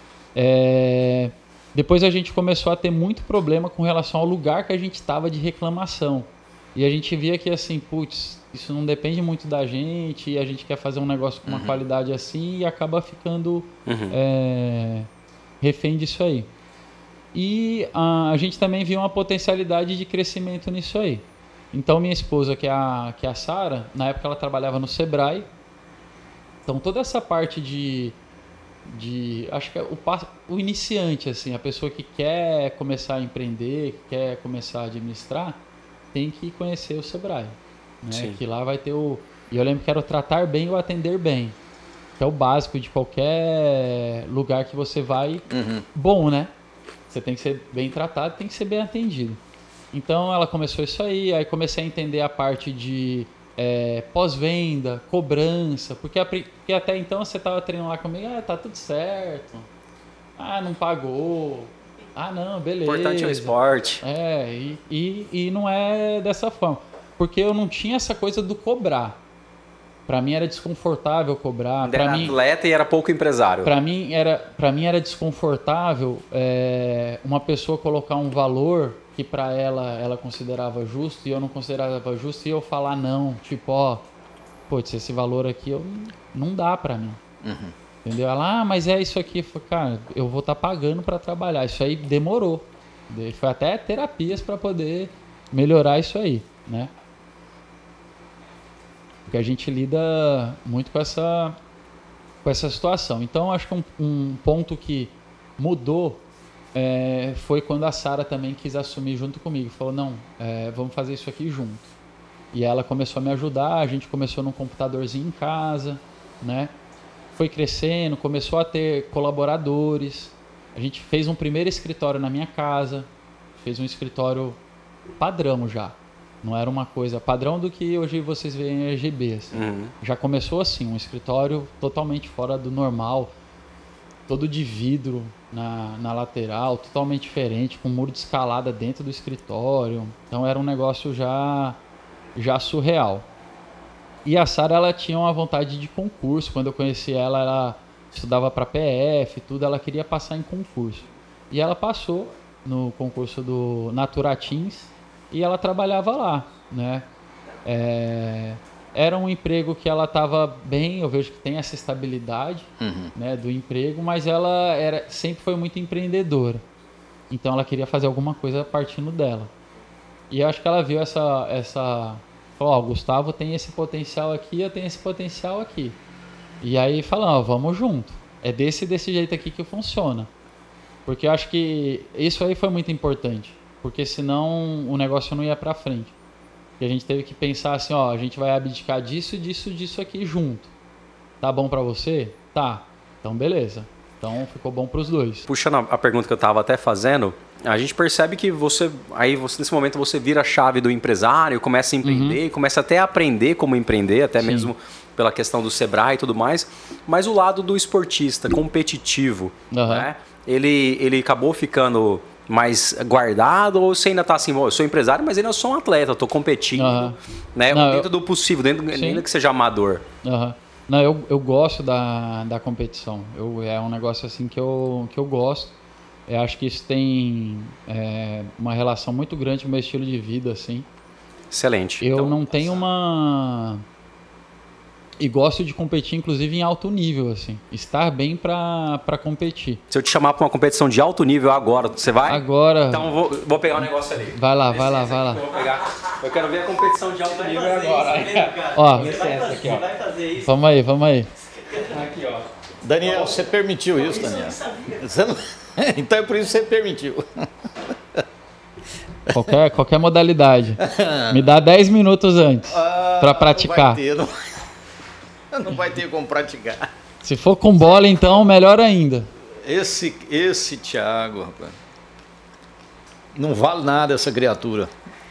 Depois a gente começou a ter muito problema com relação ao lugar que a gente estava de reclamação. E a gente via que assim, putz, isso não depende muito da gente, e a gente quer fazer um negócio com uma qualidade assim e acaba ficando refém disso aí. E a gente também viu uma potencialidade de crescimento nisso aí. Então minha esposa, que é a Sara, na época ela trabalhava no Sebrae. Então toda essa parte de acho que é o iniciante, assim, a pessoa que quer começar a empreender, que quer começar a administrar, tem que conhecer o Sebrae, né? Que lá vai ter e eu lembro que era o tratar bem e o atender bem, que é o básico de qualquer lugar que você vai. Bom, né? Você tem que ser bem tratado, tem que ser bem atendido. Então ela começou isso aí comecei a entender a parte de pós-venda, cobrança, porque até então você estava treinando lá comigo, tá tudo certo, não pagou, não, beleza. O importante é o esporte. E não é dessa forma, porque eu não tinha essa coisa do cobrar. Para mim era desconfortável cobrar. Era atleta e era pouco empresário. Para mim era desconfortável uma pessoa colocar um valor que para ela considerava justo e eu não considerava justo, e eu falar não, tipo, putz, esse valor aqui não dá para mim. Entendeu? Ela, mas é isso aqui. Eu falei, cara, eu vou estar pagando para trabalhar. Isso aí demorou. Foi até terapias para poder melhorar isso aí, né? Porque a gente lida muito com essa situação. Então, acho que um ponto que mudou foi quando a Sara também quis assumir junto comigo. Falou, não, vamos fazer isso aqui junto. E ela começou a me ajudar, a gente começou num computadorzinho em casa, né? Foi crescendo, começou a ter colaboradores. A gente fez um primeiro escritório na minha casa, fez um escritório padrão já. Não era uma coisa padrão do que hoje vocês veem em RGB. Assim. Já começou assim, um escritório totalmente fora do normal, todo de vidro na lateral, totalmente diferente, com um muro de escalada dentro do escritório. Então era um negócio já surreal. E a Sara, ela tinha uma vontade de concurso. Quando eu conheci ela, ela estudava para PF, tudo, ela queria passar em concurso. E ela passou no concurso do Naturatins e ela trabalhava lá, né? Era um emprego que ela estava bem, eu vejo que tem essa estabilidade, né, do emprego, mas ela sempre foi muito empreendedora. Então ela queria fazer alguma coisa partindo dela. E eu acho que ela viu essa falou, o Gustavo tem esse potencial aqui, eu tenho esse potencial aqui. E aí falou, vamos junto. É desse jeito aqui que funciona. Porque eu acho que isso aí foi muito importante. Porque senão o negócio não ia pra frente. E a gente teve que pensar assim, a gente vai abdicar disso aqui junto. Tá bom pra você? Tá. Então beleza. Então ficou bom pros dois. Puxando a pergunta que eu tava até fazendo, a gente percebe que você nesse momento você vira a chave do empresário, começa a empreender, começa até a aprender como empreender, até Sim. mesmo pela questão do Sebrae e tudo mais. Mas o lado do esportista, competitivo, né? Ele acabou ficando mais guardado, ou você ainda está assim, eu sou empresário, mas ainda sou um atleta, estou competindo, né? Dentro do possível, ainda que seja amador. Não, eu gosto da competição. É um negócio assim que eu gosto. Eu acho que isso tem uma relação muito grande com o meu estilo de vida, assim. Excelente. Eu não tenho uma E gosto de competir, inclusive, em alto nível, assim. Estar bem pra competir. Se eu te chamar pra uma competição de alto nível agora, você vai? Agora... Então vou pegar um negócio ali. Vai lá, vai lá, vai lá. Eu vou pegar. Eu quero ver a competição de alto nível agora. Ó, Você vai fazer isso. vamos aí, vamos aí. Aqui, ó. Daniel, você permitiu isso, Daniel? Você não... Então é por isso que você permitiu. Qualquer modalidade. Me dá 10 minutos antes pra praticar. Não vai ter como praticar. Se for com bola, então, melhor ainda. Esse Thiago, rapaz. Não vale nada essa criatura.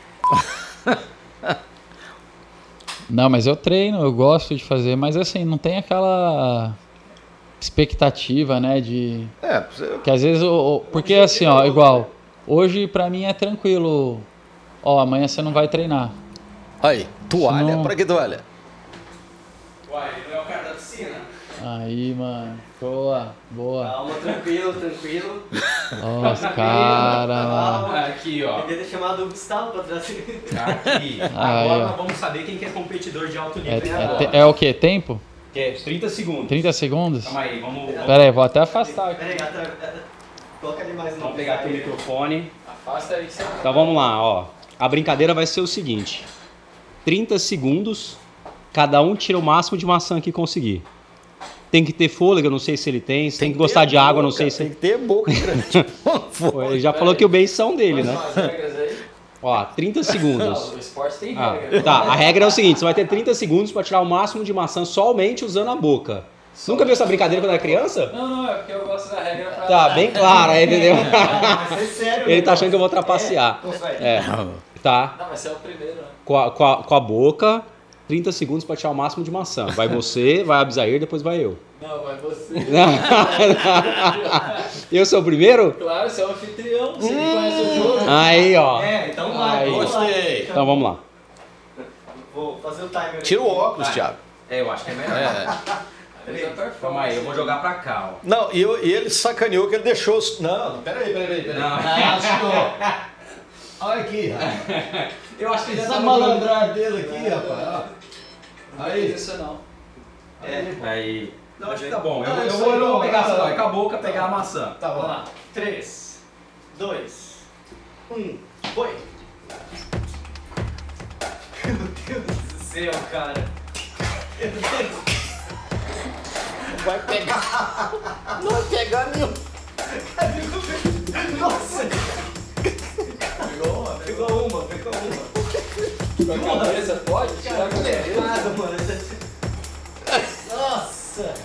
Não, mas eu treino, eu gosto de fazer, mas assim, não tem aquela expectativa, né, de... Que às vezes, porque assim, ó, igual, hoje pra mim é tranquilo, ó, amanhã você não vai treinar. Aí, toalha, Não... pra que toalha? Uai, ele não é o cara da piscina? Aí, mano, boa. Calma, tranquilo. Nossa, cara. Aqui, ó. Devia ter chamado o Gustavo pra trazer. Aqui. Agora nós vamos saber quem que é competidor de alto nível. É o quê? Tempo? Que é 30 segundos. 30 segundos? Calma aí, vamos... Pera aí, vou até afastar aqui. Peraí, coloca ali mais Vamos pegar aqui o microfone. Afasta aí. Então vamos lá, ó. A brincadeira vai ser o seguinte. 30 segundos, cada um tira o máximo de maçã que conseguir. Tem que ter fôlego, eu não sei se ele tem. Tem que gostar de água, não sei se... Tem que ter boca grande. Ele já falou que o bem são dele, né? Ó, 30 segundos. O esporte tem regra. Tá, a regra é o seguinte, você vai ter 30 segundos para tirar o máximo de maçã somente usando a boca. Nunca viu essa brincadeira quando era criança? Não, é porque eu gosto da regra pra... Tá, bem claro, aí, entendeu? Mas é sério. Ele tá achando que eu vou trapacear. É, tá. Não, vai ser o primeiro, né? Com a boca, 30 segundos para tirar o máximo de maçã. Vai você, vai a Abzair, depois vai eu. Não, vai você. Eu sou o primeiro? Claro, você é o anfitrião, você que conhece o jogo. Aí, ó. Então vai. Gostei. Então vamos lá. Vou fazer o timer. Tira o óculos, Thiago. Eu acho que é melhor. Calma aí, eu vou jogar pra cá, ó. Não, e ele sacaneou que ele deixou os... Não, peraí. Olha aqui, rapaz. Eu acho que ele já Essa tá malandragem dele aqui, rapaz. Aí. Isso não. Aí. Não, acho que tá bom. Não, Eu isso vou aí não, pegar não. essa com a boca, pegar a maçã. Tá Vamos bom. lá. 3, 2, 1, foi. Meu Deus do céu, cara. Meu Deus. Vai pegar. Não vai pegar nenhum. Nossa. Pegou uma. Com a cabeça pode? Tirar com a cabeça? Nada, mano. Nossa.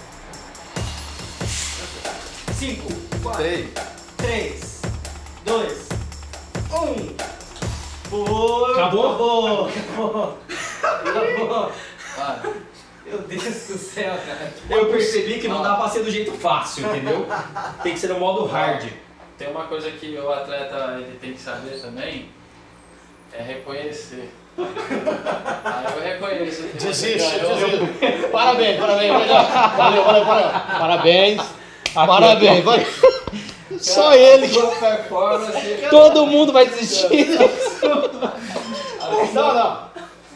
5, 4, 3, 2, 1. Foi. Acabou? Acabou. Meu Deus do céu, cara. Eu percebi que não dá pra ser do jeito fácil, entendeu? Tem que ser no modo hard. Tem uma coisa que o atleta ele tem que saber também, é reconhecer. Aí eu reconheço. Desiste. Parabéns. Valeu. Parabéns. Só ele. Todo mundo vai desistir. Não.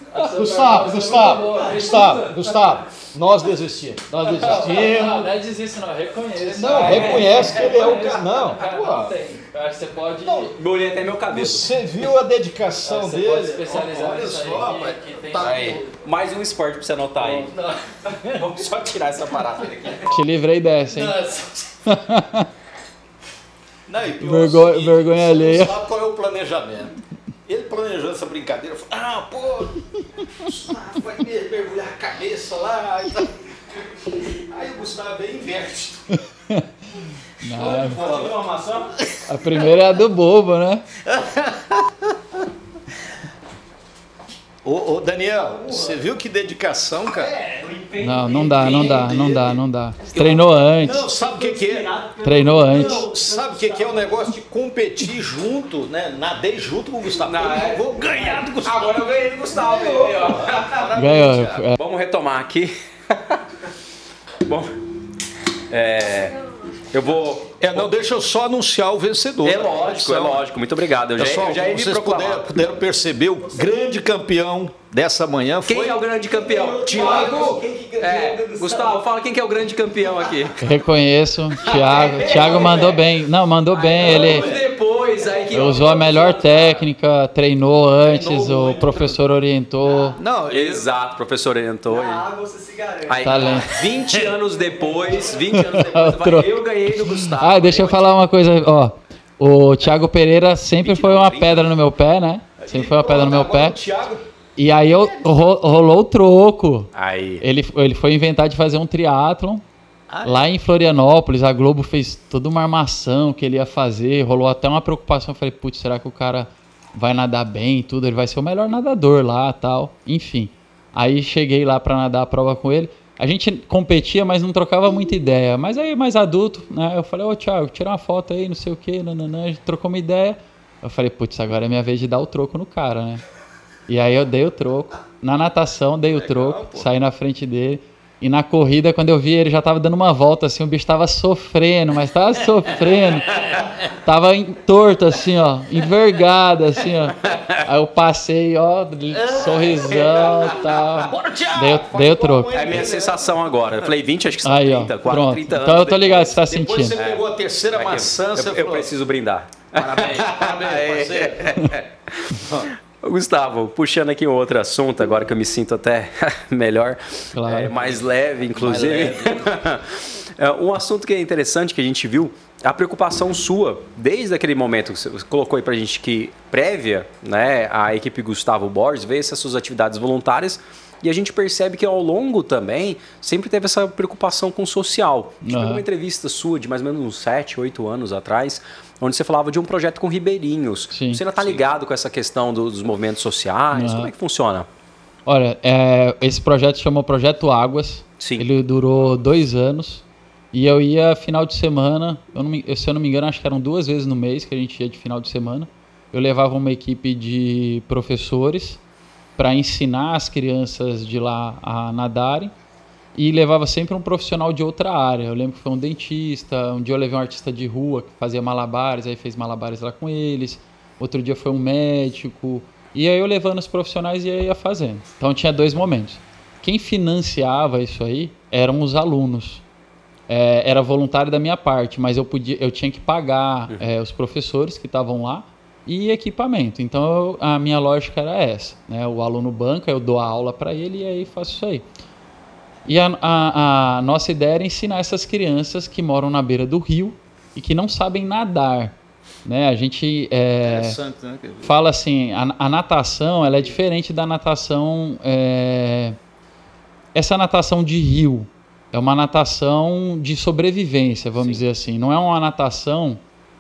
Gustavo, nós desistimos. Não é desistir, não, reconheço. Não, reconhece que ele é o cara. Não, Não tem. Eu acho que você pode. Molhei até meu cabelo. Você viu a dedicação Você dele? pode especializar Olha nisso só, aí, que tem tá Aí, mais um esporte pra você anotar aí. Vamos só tirar essa parada daqui. Te livrei dessa, hein? Não, e pior, Vergonha você alheia. não sabe qual é o planejamento. Ele planejou essa brincadeira, falou, vai mergulhar a cabeça lá. Aí o Gustavo vem e inverte. Pode uma maçã? A primeira é a do bobo, né? Ô Daniel, você viu que dedicação, cara? Não dá. Treinou antes. Não, sabe o que é? Treinou antes. Não, sabe o que é o negócio de competir junto, né? Nadei junto com o Gustavo. Eu vou ganhar do Gustavo. Agora eu ganhei do Gustavo. Ganhou. Vamos retomar aqui. Bom, Eu vou... Não, deixa eu só anunciar o vencedor. É lógico. Muito obrigado. Pessoal, vocês puderam perceber, o grande campeão dessa manhã foi... Quem é o grande campeão? Thiago? Gustavo, fala quem que é o grande campeão aqui. Reconheço, Thiago mandou bem. Não, mandou bem, ele depois, aí usou a melhor técnica, treinou antes, o professor orientou. Não, exato, o professor orientou. Você se garante. Aí, 20 anos depois, eu ganhei do Gustavo. Deixa eu falar uma coisa, ó. O Thiago Pereira sempre foi uma pedra no meu pé, né? Sempre foi uma pedra no meu pé. E aí rolou o troco. Aí. Ele foi inventar de fazer um triatlon. Lá em Florianópolis, a Globo fez toda uma armação que ele ia fazer. Rolou até uma preocupação. Eu falei, putz, será que o cara vai nadar bem e tudo? Ele vai ser o melhor nadador lá e tal. Enfim. Aí cheguei lá pra nadar a prova com ele. A gente competia, mas não trocava muita ideia. Mas aí, mais adulto, né? Eu falei, Thiago, tira uma foto aí, não sei o quê. A gente trocou uma ideia. Eu falei, putz, agora é minha vez de dar o troco no cara, né? E aí eu dei o troco. Na natação, dei o troco. Saí na frente dele. E na corrida, quando eu vi, ele já tava dando uma volta, assim, o bicho tava sofrendo, mas tava sofrendo. Tava torto, assim, ó, envergado, assim, ó. Aí eu passei, ó, sorrisão e tal. Dei o troco. É a minha sensação agora. Eu falei 20, acho que são aí, 30, ó, 4, pronto. 30 anos. Então eu tô ligado que você tá sentindo. Depois você pegou a terceira maçã, eu preciso brindar. Parabéns, parceiro. Gustavo, puxando aqui um outro assunto, agora que eu me sinto até melhor, claro. Mais leve, inclusive. Um assunto que é interessante, que a gente viu, a preocupação sua, desde aquele momento que você colocou aí pra gente que prévia, né, a equipe Gustavo Borges veio essas suas atividades voluntárias, e a gente percebe que ao longo também sempre teve essa preocupação com o social. A gente pegou uma entrevista sua de mais ou menos uns 7, 8 anos atrás, onde você falava de um projeto com ribeirinhos. Sim. Você ainda está ligado com essa questão dos movimentos sociais? Como é que funciona? Olha, esse projeto chama Projeto Águas. Sim. Ele durou 2 anos. E eu ia final de semana, se eu não me engano, acho que eram 2 vezes no mês que a gente ia de final de semana. Eu levava uma equipe de professores para ensinar as crianças de lá a nadarem. E levava sempre um profissional de outra área. Eu lembro que foi um dentista, um dia eu levei um artista de rua que fazia malabares, aí fez malabares lá com eles. Outro dia foi um médico. E aí eu levando os profissionais e ia fazendo. Então tinha 2 momentos. Quem financiava isso aí eram os alunos. Era voluntário da minha parte, mas eu tinha que pagar os professores que estavam lá e equipamento. Então a minha lógica era essa, né? O aluno banca, eu dou a aula para ele e aí faço isso aí. E a nossa ideia era ensinar essas crianças que moram na beira do rio e que não sabem nadar, né? A gente fala assim, a natação ela é diferente da natação, essa natação de rio é uma natação de sobrevivência, vamos dizer assim. Não é uma natação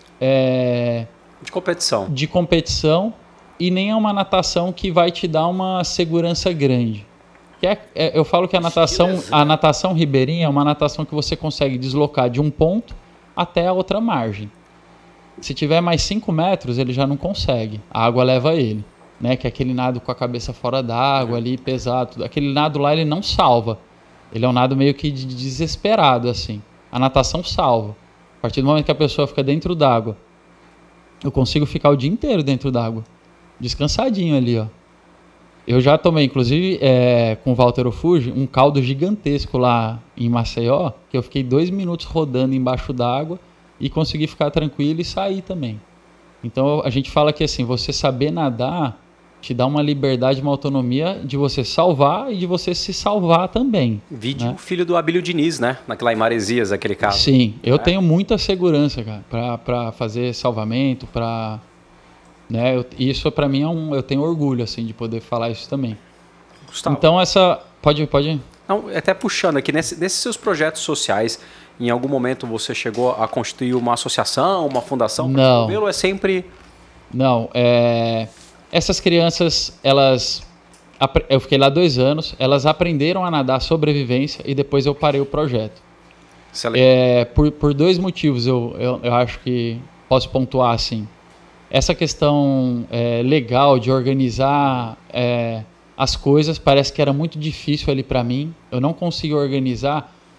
de competição e nem é uma natação que vai te dar uma segurança grande. Eu falo que a natação ribeirinha é uma natação que você consegue deslocar de um ponto até a outra margem. Se tiver mais 5 metros, ele já não consegue. A água leva ele, né? Que é aquele nado com a cabeça fora d'água ali, pesado. Aquele nado lá, ele não salva. Ele é um nado meio que desesperado, assim. A natação salva. A partir do momento que a pessoa fica dentro d'água, eu consigo ficar o dia inteiro dentro d'água. Descansadinho ali, ó. Eu já tomei, inclusive, com o Walter Ofuji, um caldo gigantesco lá em Maceió, que eu fiquei 2 minutos rodando embaixo d'água e consegui ficar tranquilo e sair também. Então, a gente fala que assim, você saber nadar te dá uma liberdade, uma autonomia de você salvar e de você se salvar também. Vídeo né? O filho do Abílio Diniz, né? Naquela em Maresias, aquele caso. Sim, eu tenho muita segurança, cara, para fazer salvamento, para... Né? Isso para mim eu tenho orgulho assim de poder falar isso também. Gustavo. Então pode não, até puxando aqui nesses seus projetos sociais, em algum momento você chegou a constituir uma associação, uma fundação para desenvolvê-lo? É sempre não. Essas crianças eu fiquei lá 2 anos, elas aprenderam a nadar sobrevivência e depois eu parei o projeto. Por 2 motivos eu acho que posso pontuar assim. Essa questão legal de organizar as coisas parece que era muito difícil ali para mim. Eu não consigo organizar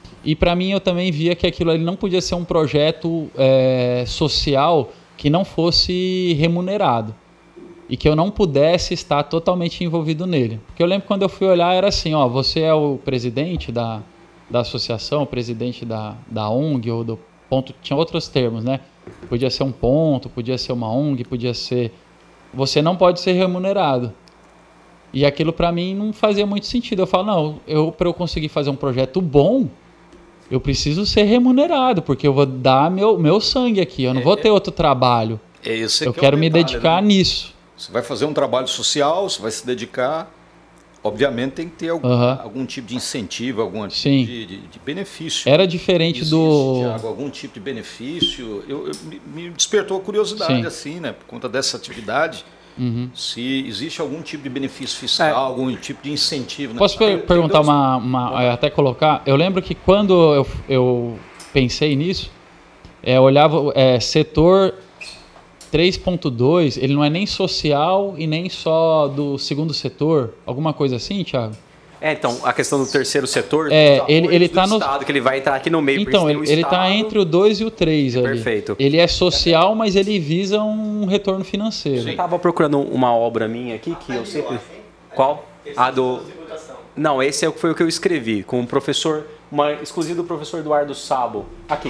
E para mim eu também via que aquilo ali não podia ser um projeto social que não fosse remunerado. E que eu não pudesse estar totalmente envolvido nele. Porque eu lembro quando eu fui olhar, era assim, ó, você é o presidente da associação, o presidente da ONG, ou do ponto, tinha outros termos, né? Podia ser um ponto, podia ser uma ONG, podia ser... Você não pode ser remunerado. E aquilo para mim não fazia muito sentido. Eu falo, não, para eu conseguir fazer um projeto bom, eu preciso ser remunerado, porque eu vou dar meu sangue aqui, eu não vou ter outro trabalho. Eu quero me dedicar nisso. Você vai fazer um trabalho social, você vai se dedicar, obviamente tem que ter algum tipo de incentivo, algum tipo de benefício. Era diferente Thiago, algum tipo de benefício. Me despertou a curiosidade, assim, né? Por conta dessa atividade, se existe algum tipo de benefício fiscal, algum tipo de incentivo. Posso perguntar até colocar? Eu lembro que quando eu pensei nisso, eu olhava setor 3.2, ele não é nem social e nem só do segundo setor, alguma coisa assim, Thiago? Então, a questão do terceiro setor, ele está no estado, que ele vai entrar aqui no meio. Então, ele está entre o 2 e o 3 ali. Perfeito. Ele é social, mas ele visa um retorno financeiro. Eu estava procurando uma obra minha aqui, que eu sempre... Qual? A do... Não, esse foi o que eu escrevi, com o professor, exclusivo do professor Eduardo Sabo. Aqui.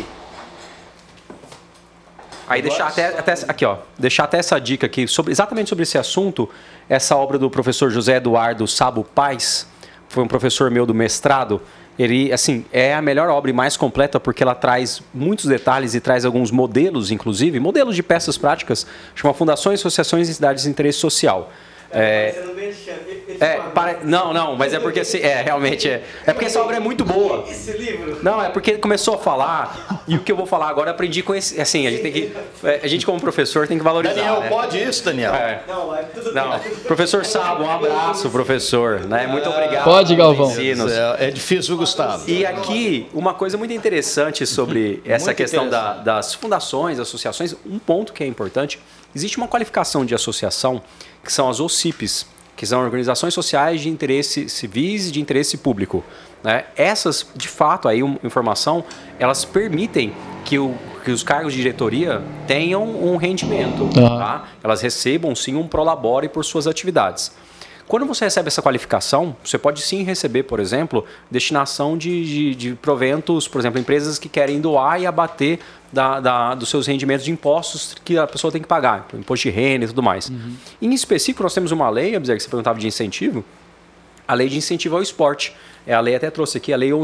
Aí deixar até essa dica aqui, exatamente sobre esse assunto, essa obra do professor José Eduardo Sabo Paz, foi um professor meu do mestrado, ele, assim, é a melhor obra e mais completa porque ela traz muitos detalhes e traz alguns modelos, inclusive, modelos de peças práticas, chama Fundações, Associações e Entidades de Interesse Social. Não, mas é porque realmente é porque essa obra é muito boa. Esse livro? Não, é porque ele começou a falar e o que eu vou falar agora eu aprendi com esse, assim, a gente como professor tem que valorizar. Daniel, né? Pode isso, Daniel? Não, professor Sabo, um abraço, professor, né? Muito obrigado. Pode, Galvão. É difícil, Gustavo. E aqui, uma coisa muito interessante sobre essa questão das fundações, associações, um ponto que é importante, existe uma qualificação de associação que são as OCIPs, que são organizações sociais de interesse civis e de interesse público. Né? Essas, de fato, aí informação, elas permitem que os cargos de diretoria tenham um rendimento. Tá? Elas recebam, sim, um prolabore por suas atividades. Quando você recebe essa qualificação, você pode sim receber, por exemplo, destinação de proventos, por exemplo, empresas que querem doar e abater dos seus rendimentos de impostos que a pessoa tem que pagar, imposto de renda e tudo mais. Em específico, nós temos uma lei, Abzer, que você perguntava de incentivo, a lei de incentivo ao esporte. A lei até trouxe aqui, a lei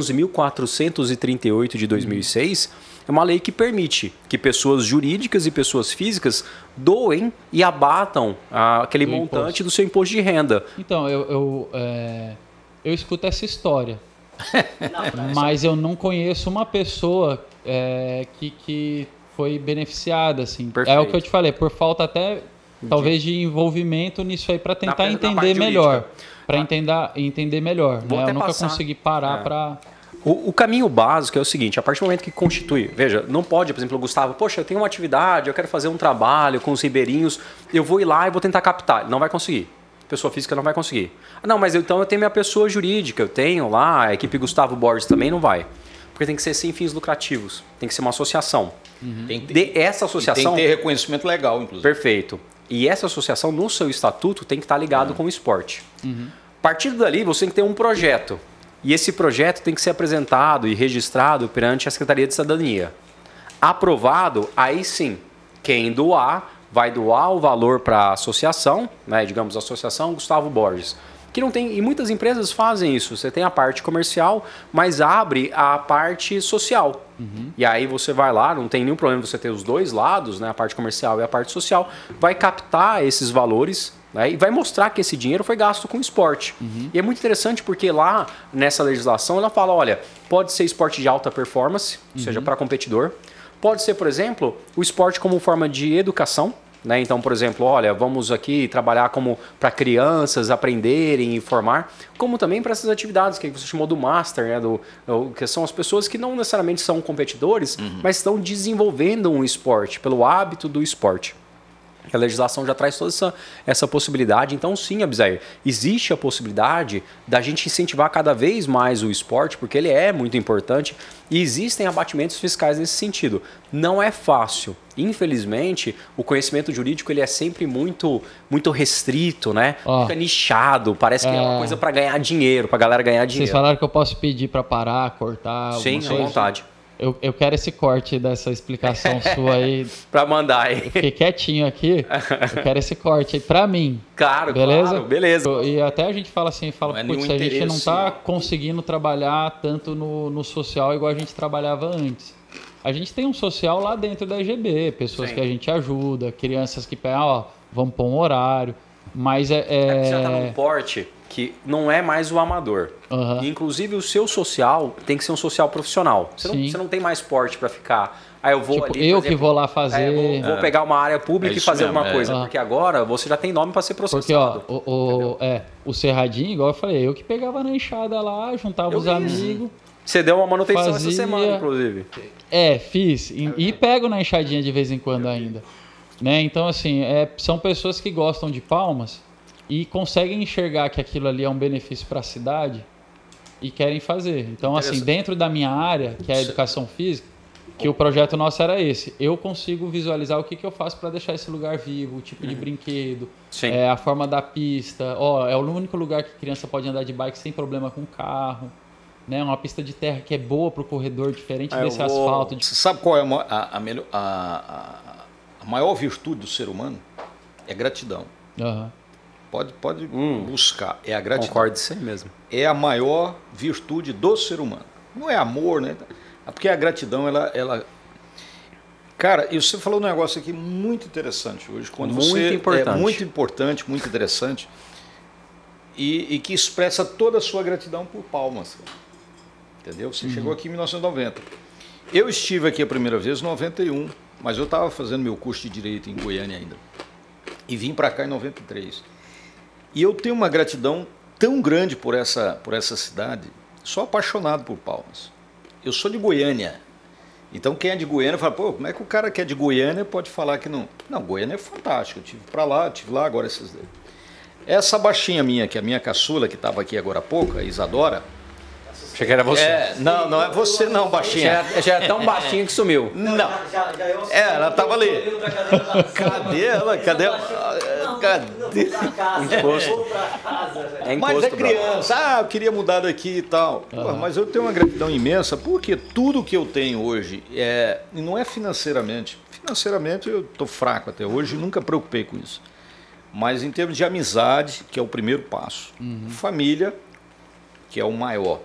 11.438 de 2006, é uma lei que permite que pessoas jurídicas e pessoas físicas doem e abatam aquele montante do seu imposto de renda. Então, eu escuto essa história, mas eu não conheço uma pessoa que foi beneficiada. Assim. É o que eu te falei, por falta até, talvez, de envolvimento nisso aí para tentar entender melhor. Para entender melhor. Né? Eu nunca consegui parar para... O caminho básico é o seguinte, a partir do momento que constitui, veja, não pode, por exemplo, o Gustavo, poxa, eu tenho uma atividade, eu quero fazer um trabalho com os ribeirinhos, eu vou ir lá e vou tentar captar. Não vai conseguir. Pessoa física não vai conseguir. Não, mas então eu tenho minha pessoa jurídica, eu tenho lá, a equipe Gustavo Borges também não vai. Porque tem que ser sem fins lucrativos, tem que ser uma associação. Essa associação... Tem que ter reconhecimento legal, inclusive. Perfeito. E essa associação, no seu estatuto, tem que estar ligado com o esporte. A partir dali, você tem que ter um projeto. E esse projeto tem que ser apresentado e registrado perante a Secretaria de Cidadania. Aprovado, aí sim, quem doar, vai doar o valor para a associação, né, digamos, a Associação Gustavo Borges. Que não tem, e muitas empresas fazem isso. Você tem a parte comercial, mas abre a parte social. E aí você vai lá, não tem nenhum problema você ter os dois lados, né, a parte comercial e a parte social, vai captar esses valores, né, e vai mostrar que esse dinheiro foi gasto com esporte. E é muito interessante porque lá nessa legislação ela fala, olha, pode ser esporte de alta performance, ou seja, para competidor. Pode ser, por exemplo, o esporte como forma de educação. Né? Então, por exemplo, olha, vamos aqui trabalhar como para crianças aprenderem e formar, como também para essas atividades que você chamou do Master, né? Que são as pessoas que não necessariamente são competidores, mas estão desenvolvendo um esporte, pelo hábito do esporte. A legislação já traz toda essa possibilidade. Então, sim, Abisair, existe a possibilidade da gente incentivar cada vez mais o esporte, porque ele é muito importante e existem abatimentos fiscais nesse sentido. Não é fácil. Infelizmente, o conhecimento jurídico ele é sempre muito restrito, né? Fica nichado, parece que é uma coisa para ganhar dinheiro, para a galera ganhar dinheiro. Vocês falaram que eu posso pedir para parar, cortar? Sim, à vontade. Eu quero esse corte dessa explicação sua aí. Pra mandar aí. Eu fiquei quietinho aqui. Eu quero esse corte aí pra mim. Claro, beleza? Claro, beleza. E até a gente fala assim, putz, a gente não tá conseguindo trabalhar tanto no social igual a gente trabalhava antes. A gente tem um social lá dentro da EGB, pessoas que a gente ajuda, crianças que pegam, vamos pôr um horário. Mas você já tá num porte que não é mais o amador. Inclusive o seu social tem que ser um social profissional. Você não tem mais porte para ficar. Aí eu vou tipo, ali, eu exemplo, que vou lá fazer. Vou pegar uma área pública e fazer mesmo, alguma coisa. Porque agora você já tem nome para ser processado. Porque o Cerradinho, igual eu falei, eu que pegava na enxada lá, juntava os amigos. Você deu uma manutenção essa semana, inclusive. Fiz. E pego na enxadinha de vez em quando ainda. Né? Então, assim, são pessoas que gostam de Palmas e conseguem enxergar que aquilo ali é um benefício para a cidade e querem fazer. Então, assim, dentro da minha área, que é a educação física, que o projeto nosso era esse, eu consigo visualizar o que eu faço para deixar esse lugar vivo, o tipo de brinquedo, a forma da pista. É o único lugar que criança pode andar de bike sem problema com carro. Né? Uma pista de terra que é boa para o corredor, diferente desse asfalto. Você sabe qual é a maior virtude do ser humano? É gratidão. Pode buscar. É a gratidão. Concordo isso aí mesmo. É a maior virtude do ser humano. Não é amor, né? Porque a gratidão, ela... Cara, e você falou um negócio aqui muito interessante hoje. Muito importante. Muito importante, muito interessante. E que expressa toda a sua gratidão por Palmas. Entendeu? Você chegou aqui em 1990. Eu estive aqui a primeira vez em 91, mas eu estava fazendo meu curso de Direito em Goiânia ainda. E vim para cá em 93. E eu tenho uma gratidão tão grande por essa cidade. Sou apaixonado por Palmas. Eu sou de Goiânia. Então quem é de Goiânia fala, pô, como é que o cara que é de Goiânia pode falar que não? Não, Goiânia é fantástico. Eu estive lá agora esses dias. Essa baixinha minha, que é a minha caçula, que estava aqui agora há pouco, a Isadora. Achei que era você. Não é você não, baixinha. Já é tão baixinha que sumiu. Não. Ela estava ali. Cadê ela? Cadê? Imposto. Mas é criança. Eu queria mudar daqui e tal. Pô, mas eu tenho uma gratidão imensa porque tudo que eu tenho hoje não é financeiramente. Financeiramente eu estou fraco até hoje e nunca preocupei com isso. Mas em termos de amizade, que é o primeiro passo. Família, que é o maior.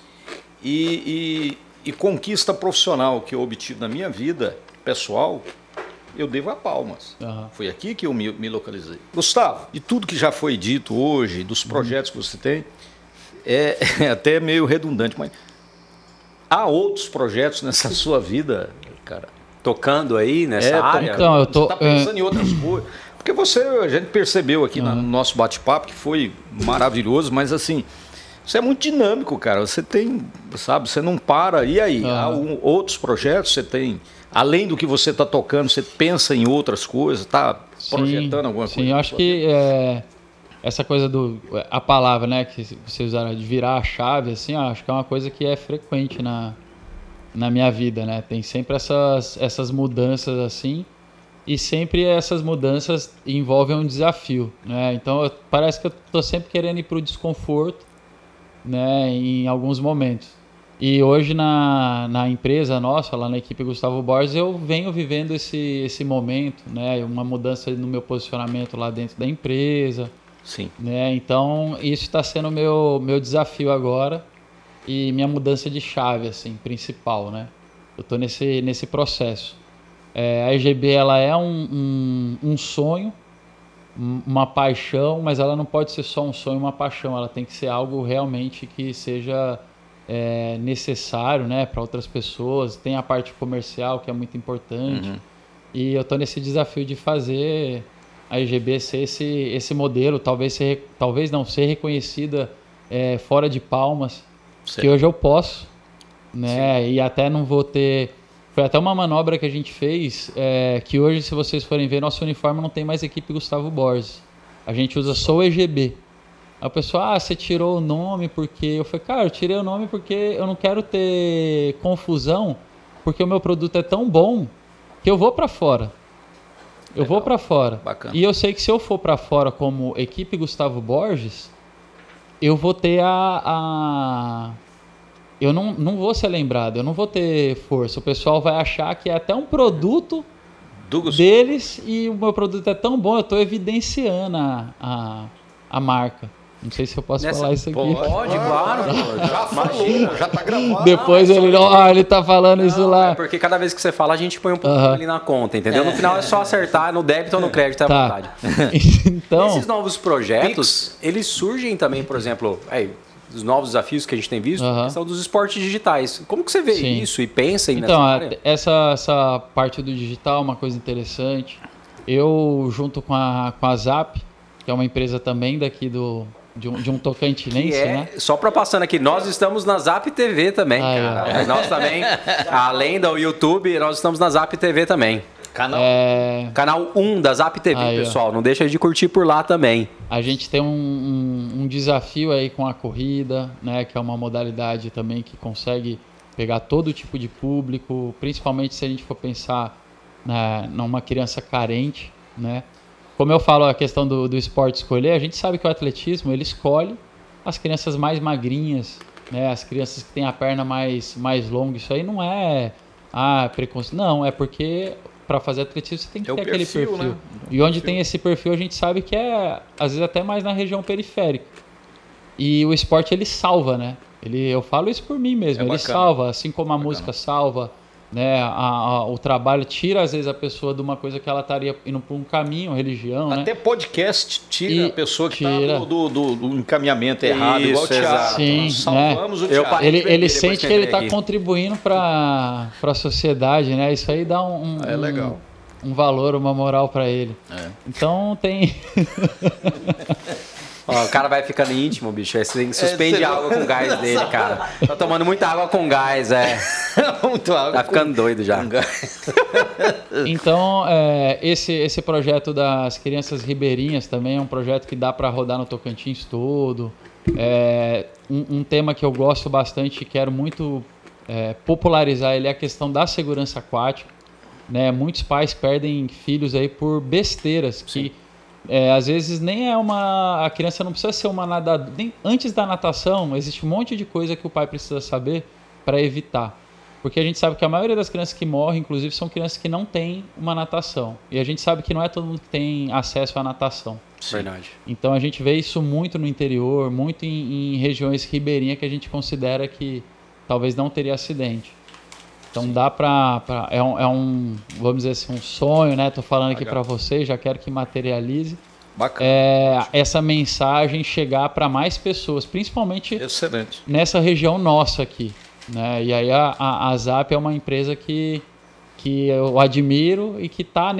E conquista profissional que eu obtive na minha vida pessoal, eu devo a Palmas. Foi aqui que eu me localizei. Gustavo, de tudo que já foi dito hoje, dos projetos que você tem, é até meio redundante, mas há outros projetos nessa sua vida, cara? Tocando aí nessa área? Então, eu tô, você está pensando em outras coisas? Porque a gente percebeu aqui no nosso bate-papo que foi maravilhoso, mas assim... Você é muito dinâmico, cara. Você tem, sabe, você não para. E aí? Há outros projetos? Você tem, além do que você está tocando, você pensa em outras coisas? Está projetando alguma coisa? Sim, eu acho que essa coisa a palavra, né, que vocês usaram de virar a chave, assim, acho que é uma coisa que é frequente na minha vida, né? Tem sempre essas mudanças assim. E sempre essas mudanças envolvem um desafio, né? Então parece que eu estou sempre querendo ir para o desconforto, né, em alguns momentos. E hoje na empresa nossa, lá na equipe Gustavo Borges, eu venho vivendo esse momento, né, uma mudança no meu posicionamento lá dentro da empresa. Sim. Né, então isso está sendo o meu desafio agora e minha mudança de chave assim, principal, né? Eu estou nesse processo. A EGB ela é um sonho, uma paixão, mas ela não pode ser só um sonho, uma paixão. Ela tem que ser algo realmente que seja necessário, né, para outras pessoas. Tem a parte comercial que é muito importante. E eu estou nesse desafio de fazer a EGB ser esse modelo, talvez não ser reconhecida fora de Palmas, que hoje eu posso, né? E até não vou ter Foi até uma manobra que a gente fez, que hoje, se vocês forem ver, nosso uniforme não tem mais equipe Gustavo Borges. A gente usa só o EGB. Aí o pessoal, você tirou o nome porque... Eu falei, cara, eu tirei o nome porque eu não quero ter confusão, porque o meu produto é tão bom que eu vou para fora. Eu vou para fora. Bacana. E eu sei que se eu for para fora como equipe Gustavo Borges, eu vou ter eu não vou ser lembrado, eu não vou ter força. O pessoal vai achar que é até um produto deles e o meu produto é tão bom, eu estou evidenciando a marca. Não sei se eu posso falar isso aqui. Pode, claro. Já falou, já tá gravado. Depois ele tá falando isso lá. É porque cada vez que você fala, a gente põe um pouquinho ali na conta, entendeu? No final é só acertar no débito ou no crédito, à vontade. Então, esses novos projetos, eles surgem também, por exemplo, os novos desafios que a gente tem visto, são dos esportes digitais. Como que você vê isso e pensa nessa área? Essa parte do digital é uma coisa interessante. Eu, junto com a Zap, que é uma empresa também daqui de um tocantinense, né? Só para passando aqui, nós estamos na Zap TV também, cara. Nós também, além do YouTube, nós estamos na Zap TV também. Canal 1 da Zap TV, pessoal. Não deixa de curtir por lá também. A gente tem um desafio aí com a corrida, né? Que é uma modalidade também que consegue pegar todo tipo de público, principalmente se a gente for pensar numa criança carente, né? Como eu falo, a questão do esporte escolher, a gente sabe que o atletismo, ele escolhe as crianças mais magrinhas, né? As crianças que têm a perna mais longa. Isso aí não é preconceito. Não, é porque para fazer atletismo você tem que ter aquele perfil. Né? E onde tem esse perfil, a gente sabe que às vezes, até mais na região periférica. E o esporte, ele salva, né? Eu falo isso por mim mesmo. Ele salva, assim como a música salva, né? O trabalho tira, às vezes, a pessoa de uma coisa que ela estaria indo por um caminho, religião, até né? podcast tira a pessoa que está do encaminhamento errado, igual o Thiago. Sim, salvamos né? o Thiago. Ele sente que ele está contribuindo para a sociedade, né? Isso aí dá legal. Um valor, uma moral para ele. Então tem... O cara vai ficando íntimo, bicho. Aí você suspende a água com gás dele, cara. Tá tomando muita água com gás, Muito água. Tá ficando doido já. Então, esse projeto das crianças ribeirinhas também é um projeto que dá para rodar no Tocantins todo. Um tema que eu gosto bastante e quero muito popularizar ele é a questão da segurança aquática. Né? Muitos pais perdem filhos aí por besteiras que... às vezes nem a criança não precisa ser uma nadadora. Antes da natação, existe um monte de coisa que o pai precisa saber para evitar. Porque a gente sabe que a maioria das crianças que morrem, inclusive, são crianças que não têm uma natação. E a gente sabe que não é todo mundo que tem acesso à natação. Verdade. Então a gente vê isso muito no interior, muito em regiões ribeirinhas que a gente considera que talvez não teria acidente. Então dá vamos dizer assim, um sonho, né? Tô falando aqui para vocês, já quero que materialize. Bacana. Essa mensagem chegar para mais pessoas, principalmente Excelente. Nessa região nossa aqui, né? E aí a Zap é uma empresa que eu admiro e que está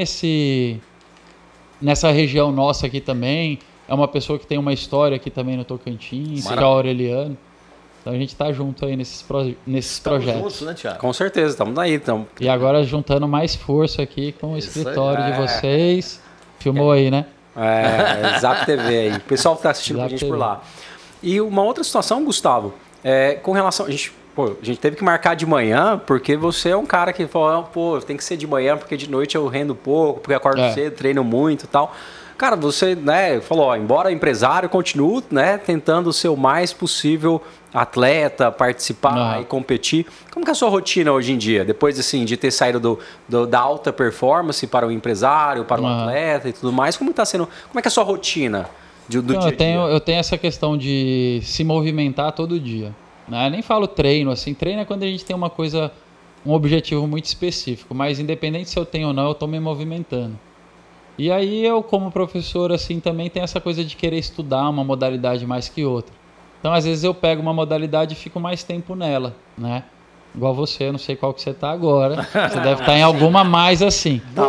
nessa região nossa aqui também. É uma pessoa que tem uma história aqui também no Tocantins, que é o Aureliano. Então a gente tá junto aí nesses projetos. Juntos, né, Thiago? Com certeza, estamos aí. E agora juntando mais força aqui com o escritório de vocês. Filmou aí, né? Zap TV aí. O pessoal que tá assistindo a gente por lá. E uma outra situação, Gustavo, com relação... A gente teve que marcar de manhã, porque você é um cara que fala, tem que ser de manhã, porque de noite eu rendo pouco, porque eu acordo cedo, treino muito e tal. Cara, você, né, falou, embora empresário, continue, né, tentando ser o mais possível atleta, participar e competir. Como que é a sua rotina hoje em dia? Depois, assim, de ter saído da alta performance para o empresário, para o atleta e tudo mais, como está sendo? Como é que é a sua rotina do dia a dia? Eu tenho essa questão de se movimentar todo dia. Né? Eu nem falo treino, assim, treino é quando a gente tem um objetivo muito específico, mas independente se eu tenho ou não, eu estou me movimentando. E aí eu, como professor, assim, também tenho essa coisa de querer estudar uma modalidade mais que outra. Então, às vezes eu pego uma modalidade e fico mais tempo nela, né? Igual você, eu não sei qual que você tá agora. Você deve estar em alguma mais assim. Boa!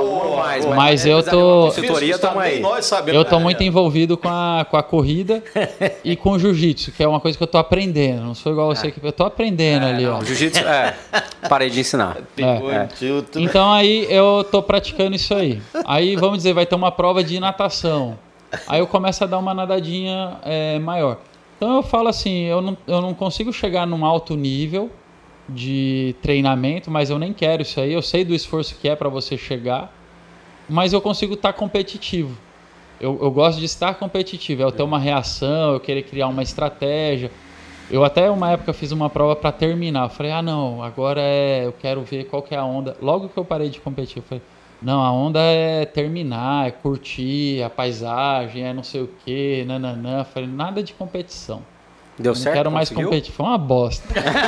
mais. Mas eu tô... Consultoria, tamo aí. Eu tô muito envolvido com a corrida e com o jiu-jitsu, que é uma coisa que eu tô aprendendo. Não sou igual você que eu tô aprendendo ali, ó. Jiu-jitsu, parei de ensinar. Então aí eu tô praticando isso aí. Aí vamos dizer, vai ter uma prova de natação. Aí eu começo a dar uma nadadinha maior. Então eu falo assim, eu não consigo chegar num alto nível de treinamento, mas eu nem quero isso aí. Eu sei do esforço que é para você chegar, mas eu consigo estar competitivo. Eu gosto de estar competitivo, eu ter uma reação, eu querer criar uma estratégia. Eu até uma época fiz uma prova para terminar. Eu falei, não, agora eu quero ver qual que é a onda. Logo que eu parei de competir, eu falei, não, a onda é terminar, é curtir a paisagem, é não sei o quê, nananã. Eu falei, nada de competição. Deu certo? Não quero mais competir. Foi uma bosta.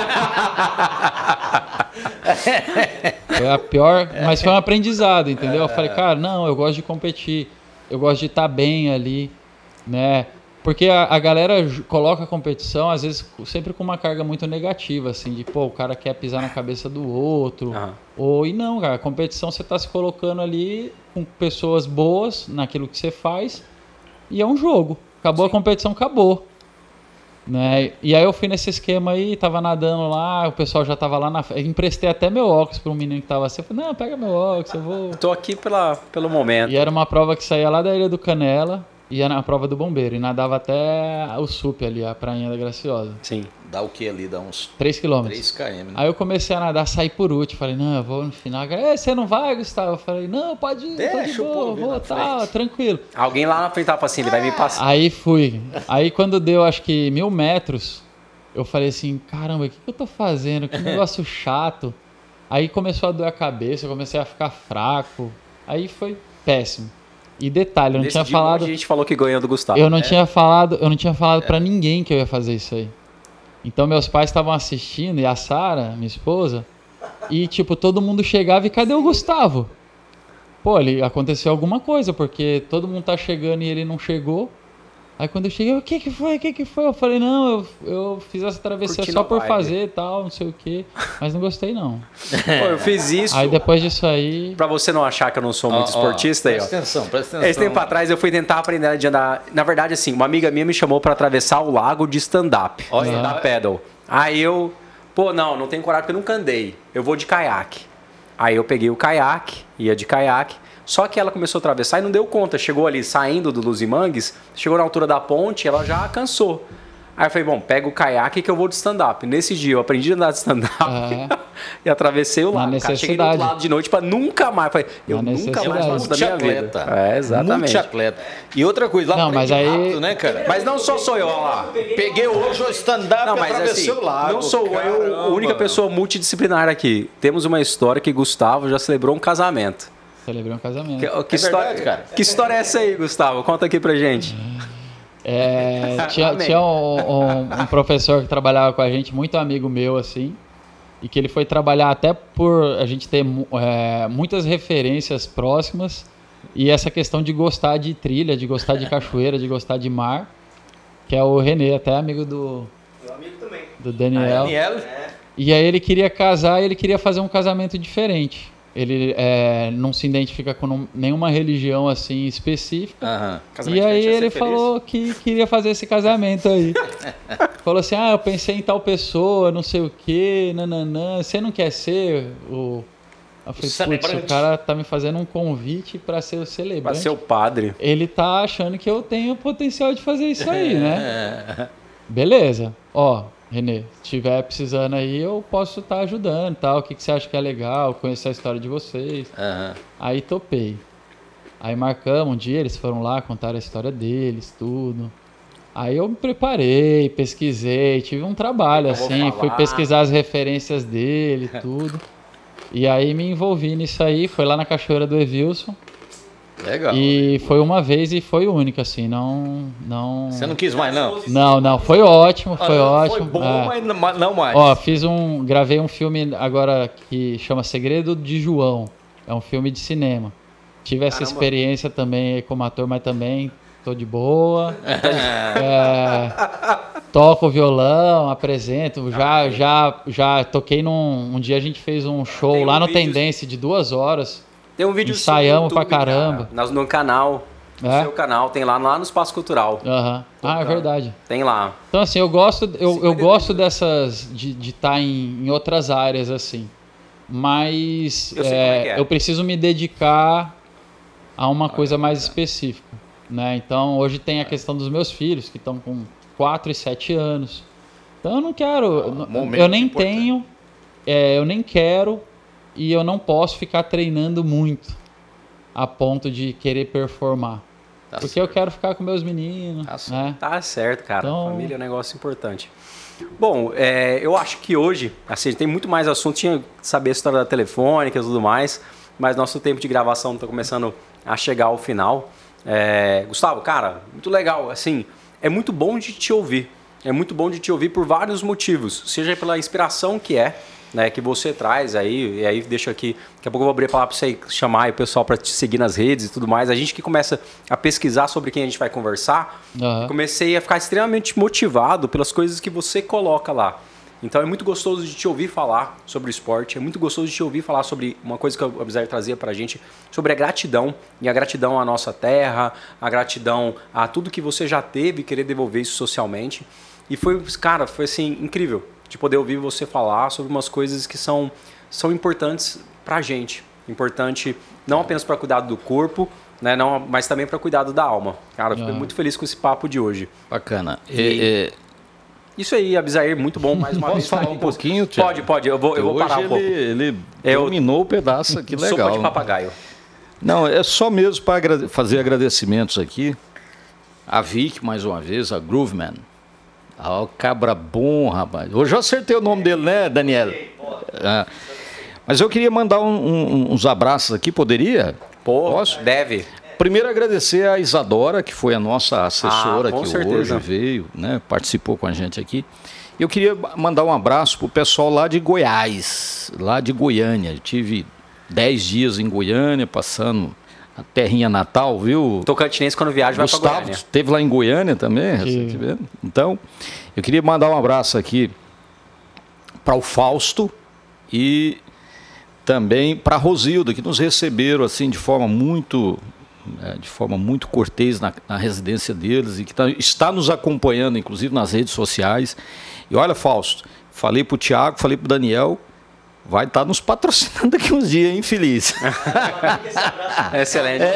Foi a pior, mas foi um aprendizado, entendeu? Eu falei, cara, não, eu gosto de competir. Eu gosto de estar bem ali, né? Porque a galera coloca a competição, às vezes, sempre com uma carga muito negativa, assim, de, pô, o cara quer pisar na cabeça do outro. E não, cara, a competição você tá se colocando ali com pessoas boas naquilo que você faz e é um jogo. Acabou a competição, acabou. Né? E aí eu fui nesse esquema aí, tava nadando lá, o pessoal já tava lá na... Eu emprestei até meu óculos para um menino que tava assim, eu falei, não, pega meu óculos, eu vou... Tô aqui pelo momento. E era uma prova que saía lá da Ilha do Canela, ia na prova do bombeiro, e nadava até o SUP ali, a Prainha da Graciosa. Sim. Dá o que ali? Dá uns 3 km. 3 km, né? Aí eu comecei a nadar, saí por último, falei, não, eu vou no final. Você não vai, Gustavo? Eu falei, não, pode ir, tô de boa, vou, tá, tranquilo. Alguém lá na frente tava assim, ele vai me passar. Aí fui. Aí quando deu, acho que 1.000 metros, eu falei assim, caramba, o que eu tô fazendo? Que negócio chato. Aí começou a doer a cabeça, eu comecei a ficar fraco. Aí foi péssimo. E detalhe, eu não tinha falado... A gente falou que ganhou do Gustavo. Eu não tinha falado pra ninguém que eu ia fazer isso aí. Então meus pais estavam assistindo, e a Sara, minha esposa, e tipo, todo mundo chegava e cadê o Gustavo? Pô, aconteceu alguma coisa, porque todo mundo tá chegando e ele não chegou. Aí quando eu cheguei, o que foi? Eu falei, não, eu fiz essa travessia Curtindo só por vibe. fazer e tal, não sei o quê. Mas não gostei, não. Pô, eu fiz isso. Aí depois disso aí... Pra você não achar que eu não sou muito esportista aí, ó. Presta atenção. Esse tempo atrás eu fui tentar aprender a andar. Na verdade, assim, uma amiga minha me chamou pra atravessar o lago de stand-up. Stand-up paddle. Aí eu, não tenho coragem porque eu nunca andei. Eu vou de caiaque. Aí eu peguei o caiaque, ia de caiaque. Só que ela começou a atravessar e não deu conta. Chegou ali, saindo do Luzimangues, chegou na altura da ponte, ela já cansou. Aí eu falei, bom, pega o caiaque que eu vou de stand-up. Nesse dia eu aprendi a andar de stand-up e atravessei o lago. Cheguei do outro lado de noite pra nunca mais. Falei, eu nunca mais faço da minha vida. Exatamente. Multiatleta. E outra coisa, lá não, mas aí... rápido, né, cara? Mas não sou eu, olha lá. Peguei hoje o stand-up e atravessei o lago. Não sou eu a única pessoa multidisciplinar aqui. Temos uma história que Gustavo já celebrou um casamento. Celebrei um casamento. Que história, verdade, cara. Que história é essa aí, Gustavo? Conta aqui pra gente. Tinha um professor que trabalhava com a gente, muito amigo meu, assim, e que ele foi trabalhar até por a gente ter muitas referências próximas, e essa questão de gostar de trilha, de gostar de cachoeira, de gostar de mar, que é o Renê, até amigo do... Meu amigo também. Do Daniel. E aí ele queria casar e ele queria fazer um casamento diferente. Ele não se identifica com nenhuma religião assim específica. E aí ele falou que queria fazer esse casamento aí. Falou assim, eu pensei em tal pessoa, não sei o quê, nananã. Você não quer ser o... Eu falei, putz, o cara tá me fazendo um convite para ser o celebrante. Para ser o padre. Ele tá achando que eu tenho potencial de fazer isso aí, né? Beleza. Renê, se estiver precisando aí, eu posso estar ajudando e tal. O que você acha que é legal? Conhecer a história de vocês. Aí topei. Aí marcamos um dia, eles foram lá, contaram a história deles, tudo. Aí eu me preparei, pesquisei, tive um trabalho assim, fui pesquisar as referências dele, tudo. E aí me envolvi nisso aí, foi lá na Cachoeira do Evilson. Legal. E foi uma vez e foi única, assim, não... Você não quis mais, não? Não, foi ótimo, foi ótimo. Foi bom, mas não mais. Gravei um filme agora que chama Segredo de João. É um filme de cinema. Tive essa experiência também como ator, mas também tô de boa. Toco violão, apresento. Já toquei um dia a gente fez um show lá no Tendência de 2 horas. Tem um vídeo ensaiamos pra caramba. Cara, no canal, no seu canal, tem lá no Espaço Cultural. É verdade. Tem lá. Então, assim, eu gosto dessas, de estar em outras áreas, assim. Mas eu preciso me dedicar a uma coisa mais específica, né? Então, hoje tem a questão dos meus filhos, que estão com 4 e 7 anos. Então, eu não quero... eu nem tenho, eu nem quero e eu não posso ficar treinando muito a ponto de querer performar. Porque eu quero ficar com meus meninos. Né? Tá certo, cara. Então... Família é um negócio importante. Bom, eu acho que hoje, assim, tem muito mais assunto, tinha que saber a história da telefônica e tudo mais, mas nosso tempo de gravação está começando a chegar ao final. Gustavo, cara, muito legal, assim, é muito bom de te ouvir. É muito bom de te ouvir por vários motivos, seja pela inspiração que né, que você traz aí, e aí deixa aqui, daqui a pouco eu vou abrir a palavra para você chamar aí o pessoal para te seguir nas redes e tudo mais. A gente que começa a pesquisar sobre quem a gente vai conversar, comecei a ficar extremamente motivado pelas coisas que você coloca lá. Então é muito gostoso de te ouvir falar sobre o esporte, é muito gostoso de te ouvir falar sobre uma coisa que o Abzar trazia pra gente, sobre a gratidão, e a gratidão à nossa terra, a gratidão a tudo que você já teve e querer devolver isso socialmente. E foi assim, incrível de poder ouvir você falar sobre umas coisas que são importantes pra gente. Importante não apenas para cuidado do corpo, né, mas também para cuidado da alma. Cara, eu fiquei muito feliz com esse papo de hoje. Bacana. Isso aí, Abzair, muito bom mais uma vez. Posso falar um pouquinho, Thiago? Pode. Eu vou parar um pouco. Ele dominou o pedaço aqui, legal. Sopa de papagaio. Não, é só mesmo para fazer agradecimentos aqui. A Vic, mais uma vez, a Grooveman. O cabra bom, rapaz. Hoje eu acertei o nome dele, né, Daniel? Mas eu queria mandar uns abraços aqui, poderia? Posso? Deve. Primeiro agradecer a Isadora, que foi a nossa assessora que certeza. hoje veio, né, participou com a gente aqui. Eu queria mandar um abraço pro pessoal lá de Goiás, lá de Goiânia. Eu tive 10 dias em Goiânia, passando a terrinha natal, viu? Tocantinense quando viaja vai para Goiânia. Esteve lá em Goiânia também, recentemente. Então, eu queria mandar um abraço aqui para o Fausto e também para a Rosilda, que nos receberam assim de forma muito cortês na residência deles e que está nos acompanhando, inclusive nas redes sociais. E olha, Fausto, falei para o Thiago, falei para o Daniel, vai estar nos patrocinando daqui uns dias, hein, feliz. Excelente.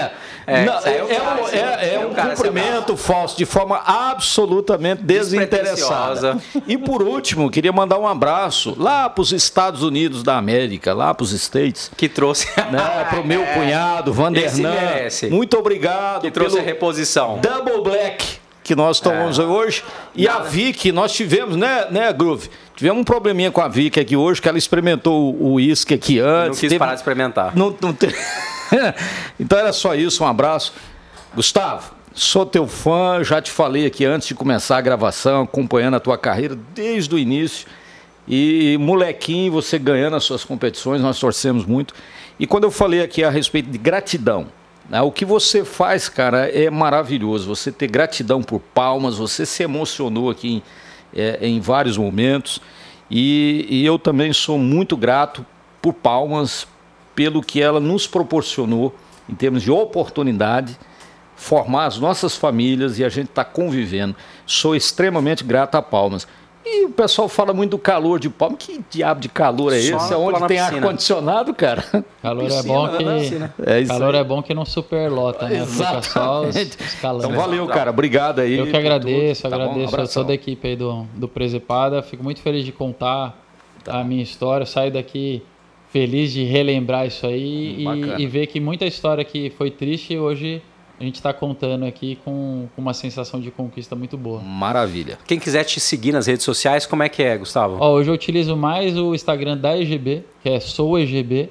Um cumprimento, Fausto, de forma absolutamente desinteressada. E por último, queria mandar um abraço lá para os Estados Unidos da América, lá para os States. Que trouxe. Né, para o meu cunhado, Vandernan. Muito obrigado. Que trouxe a reposição. Double Black que nós tomamos hoje. E a Vicky, nós tivemos, né, Groove? Tivemos um probleminha com a Vicky aqui hoje, que ela experimentou o uísque aqui antes. Não quis parar de experimentar. Então era só isso, um abraço. Gustavo, sou teu fã, já te falei aqui antes de começar a gravação, acompanhando a tua carreira desde o início. E molequinho, você ganhando as suas competições, nós torcemos muito. E quando eu falei aqui a respeito de gratidão, o que você faz, cara, é maravilhoso. Você ter gratidão por Palmas, você se emocionou aqui em vários momentos. E eu também sou muito grato por Palmas, pelo que ela nos proporcionou em termos de oportunidade, formar as nossas famílias e a gente está convivendo. Sou extremamente grato a Palmas. E o pessoal fala muito do calor de Palmas. Que diabo de calor é esse? Onde tem ar-condicionado, cara? Calor é bom que não superlota, né? Fica só os calores. Então valeu, cara. Obrigado aí. Eu que agradeço, agradeço a toda a equipe aí do Presepada. Fico muito feliz de contar a minha história. Saio daqui feliz de relembrar isso aí e ver que muita história que foi triste hoje a gente está contando aqui com uma sensação de conquista muito boa. Maravilha. Quem quiser te seguir nas redes sociais, como é que é, Gustavo? Hoje eu utilizo mais o Instagram da EGB, que é SouEGB.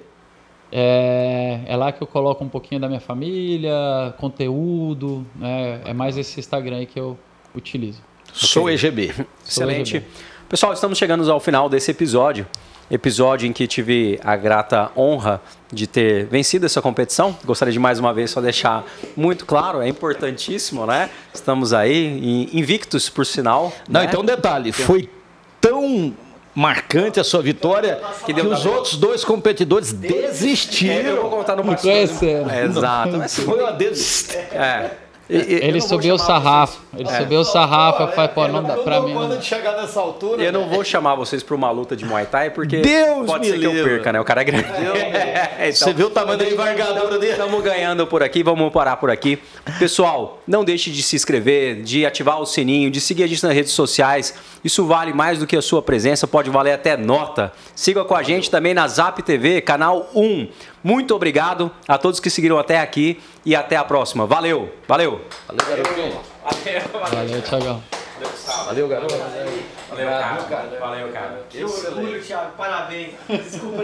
É lá que eu coloco um pouquinho da minha família, conteúdo. É mais esse Instagram aí que eu utilizo. SouEGB. Excelente. Pessoal, estamos chegando ao final desse episódio em que tive a grata honra de ter vencido essa competição. Gostaria de mais uma vez só deixar muito claro, é importantíssimo, né? Estamos aí invictos, por sinal. Não, né? então detalhe, foi tão marcante a sua vitória, que os outros dois competidores desistiram. Eu vou contar no Não conhecendo. Exato. Mas, assim, Foi uma desistência. Ele subiu o sarrafo. Ele subiu o sarrafo. Eu falei, pô, não dá pra mim. Quando chegar nessa altura. Eu não vou chamar vocês pra uma luta de Muay Thai, porque Deus pode ser que eu perca, né? O cara é grande. Então, você viu o tamanho da envergadura dele? Estamos ganhando por aqui, vamos parar por aqui. Pessoal, não deixe de se inscrever, de ativar o sininho, de seguir a gente nas redes sociais. Isso vale mais do que a sua presença, pode valer até nota. Siga com a gente também na Zap TV, canal 1. Muito obrigado a todos que seguiram até aqui e até a próxima. Valeu, valeu. Valeu, garotinho. Valeu, Thiagão. Valeu, garoto. Valeu, cara. Valeu, cara. Que orgulho, Thiago. Parabéns. Desculpa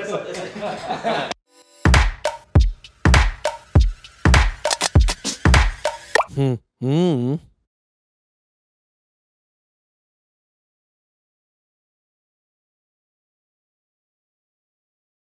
essa...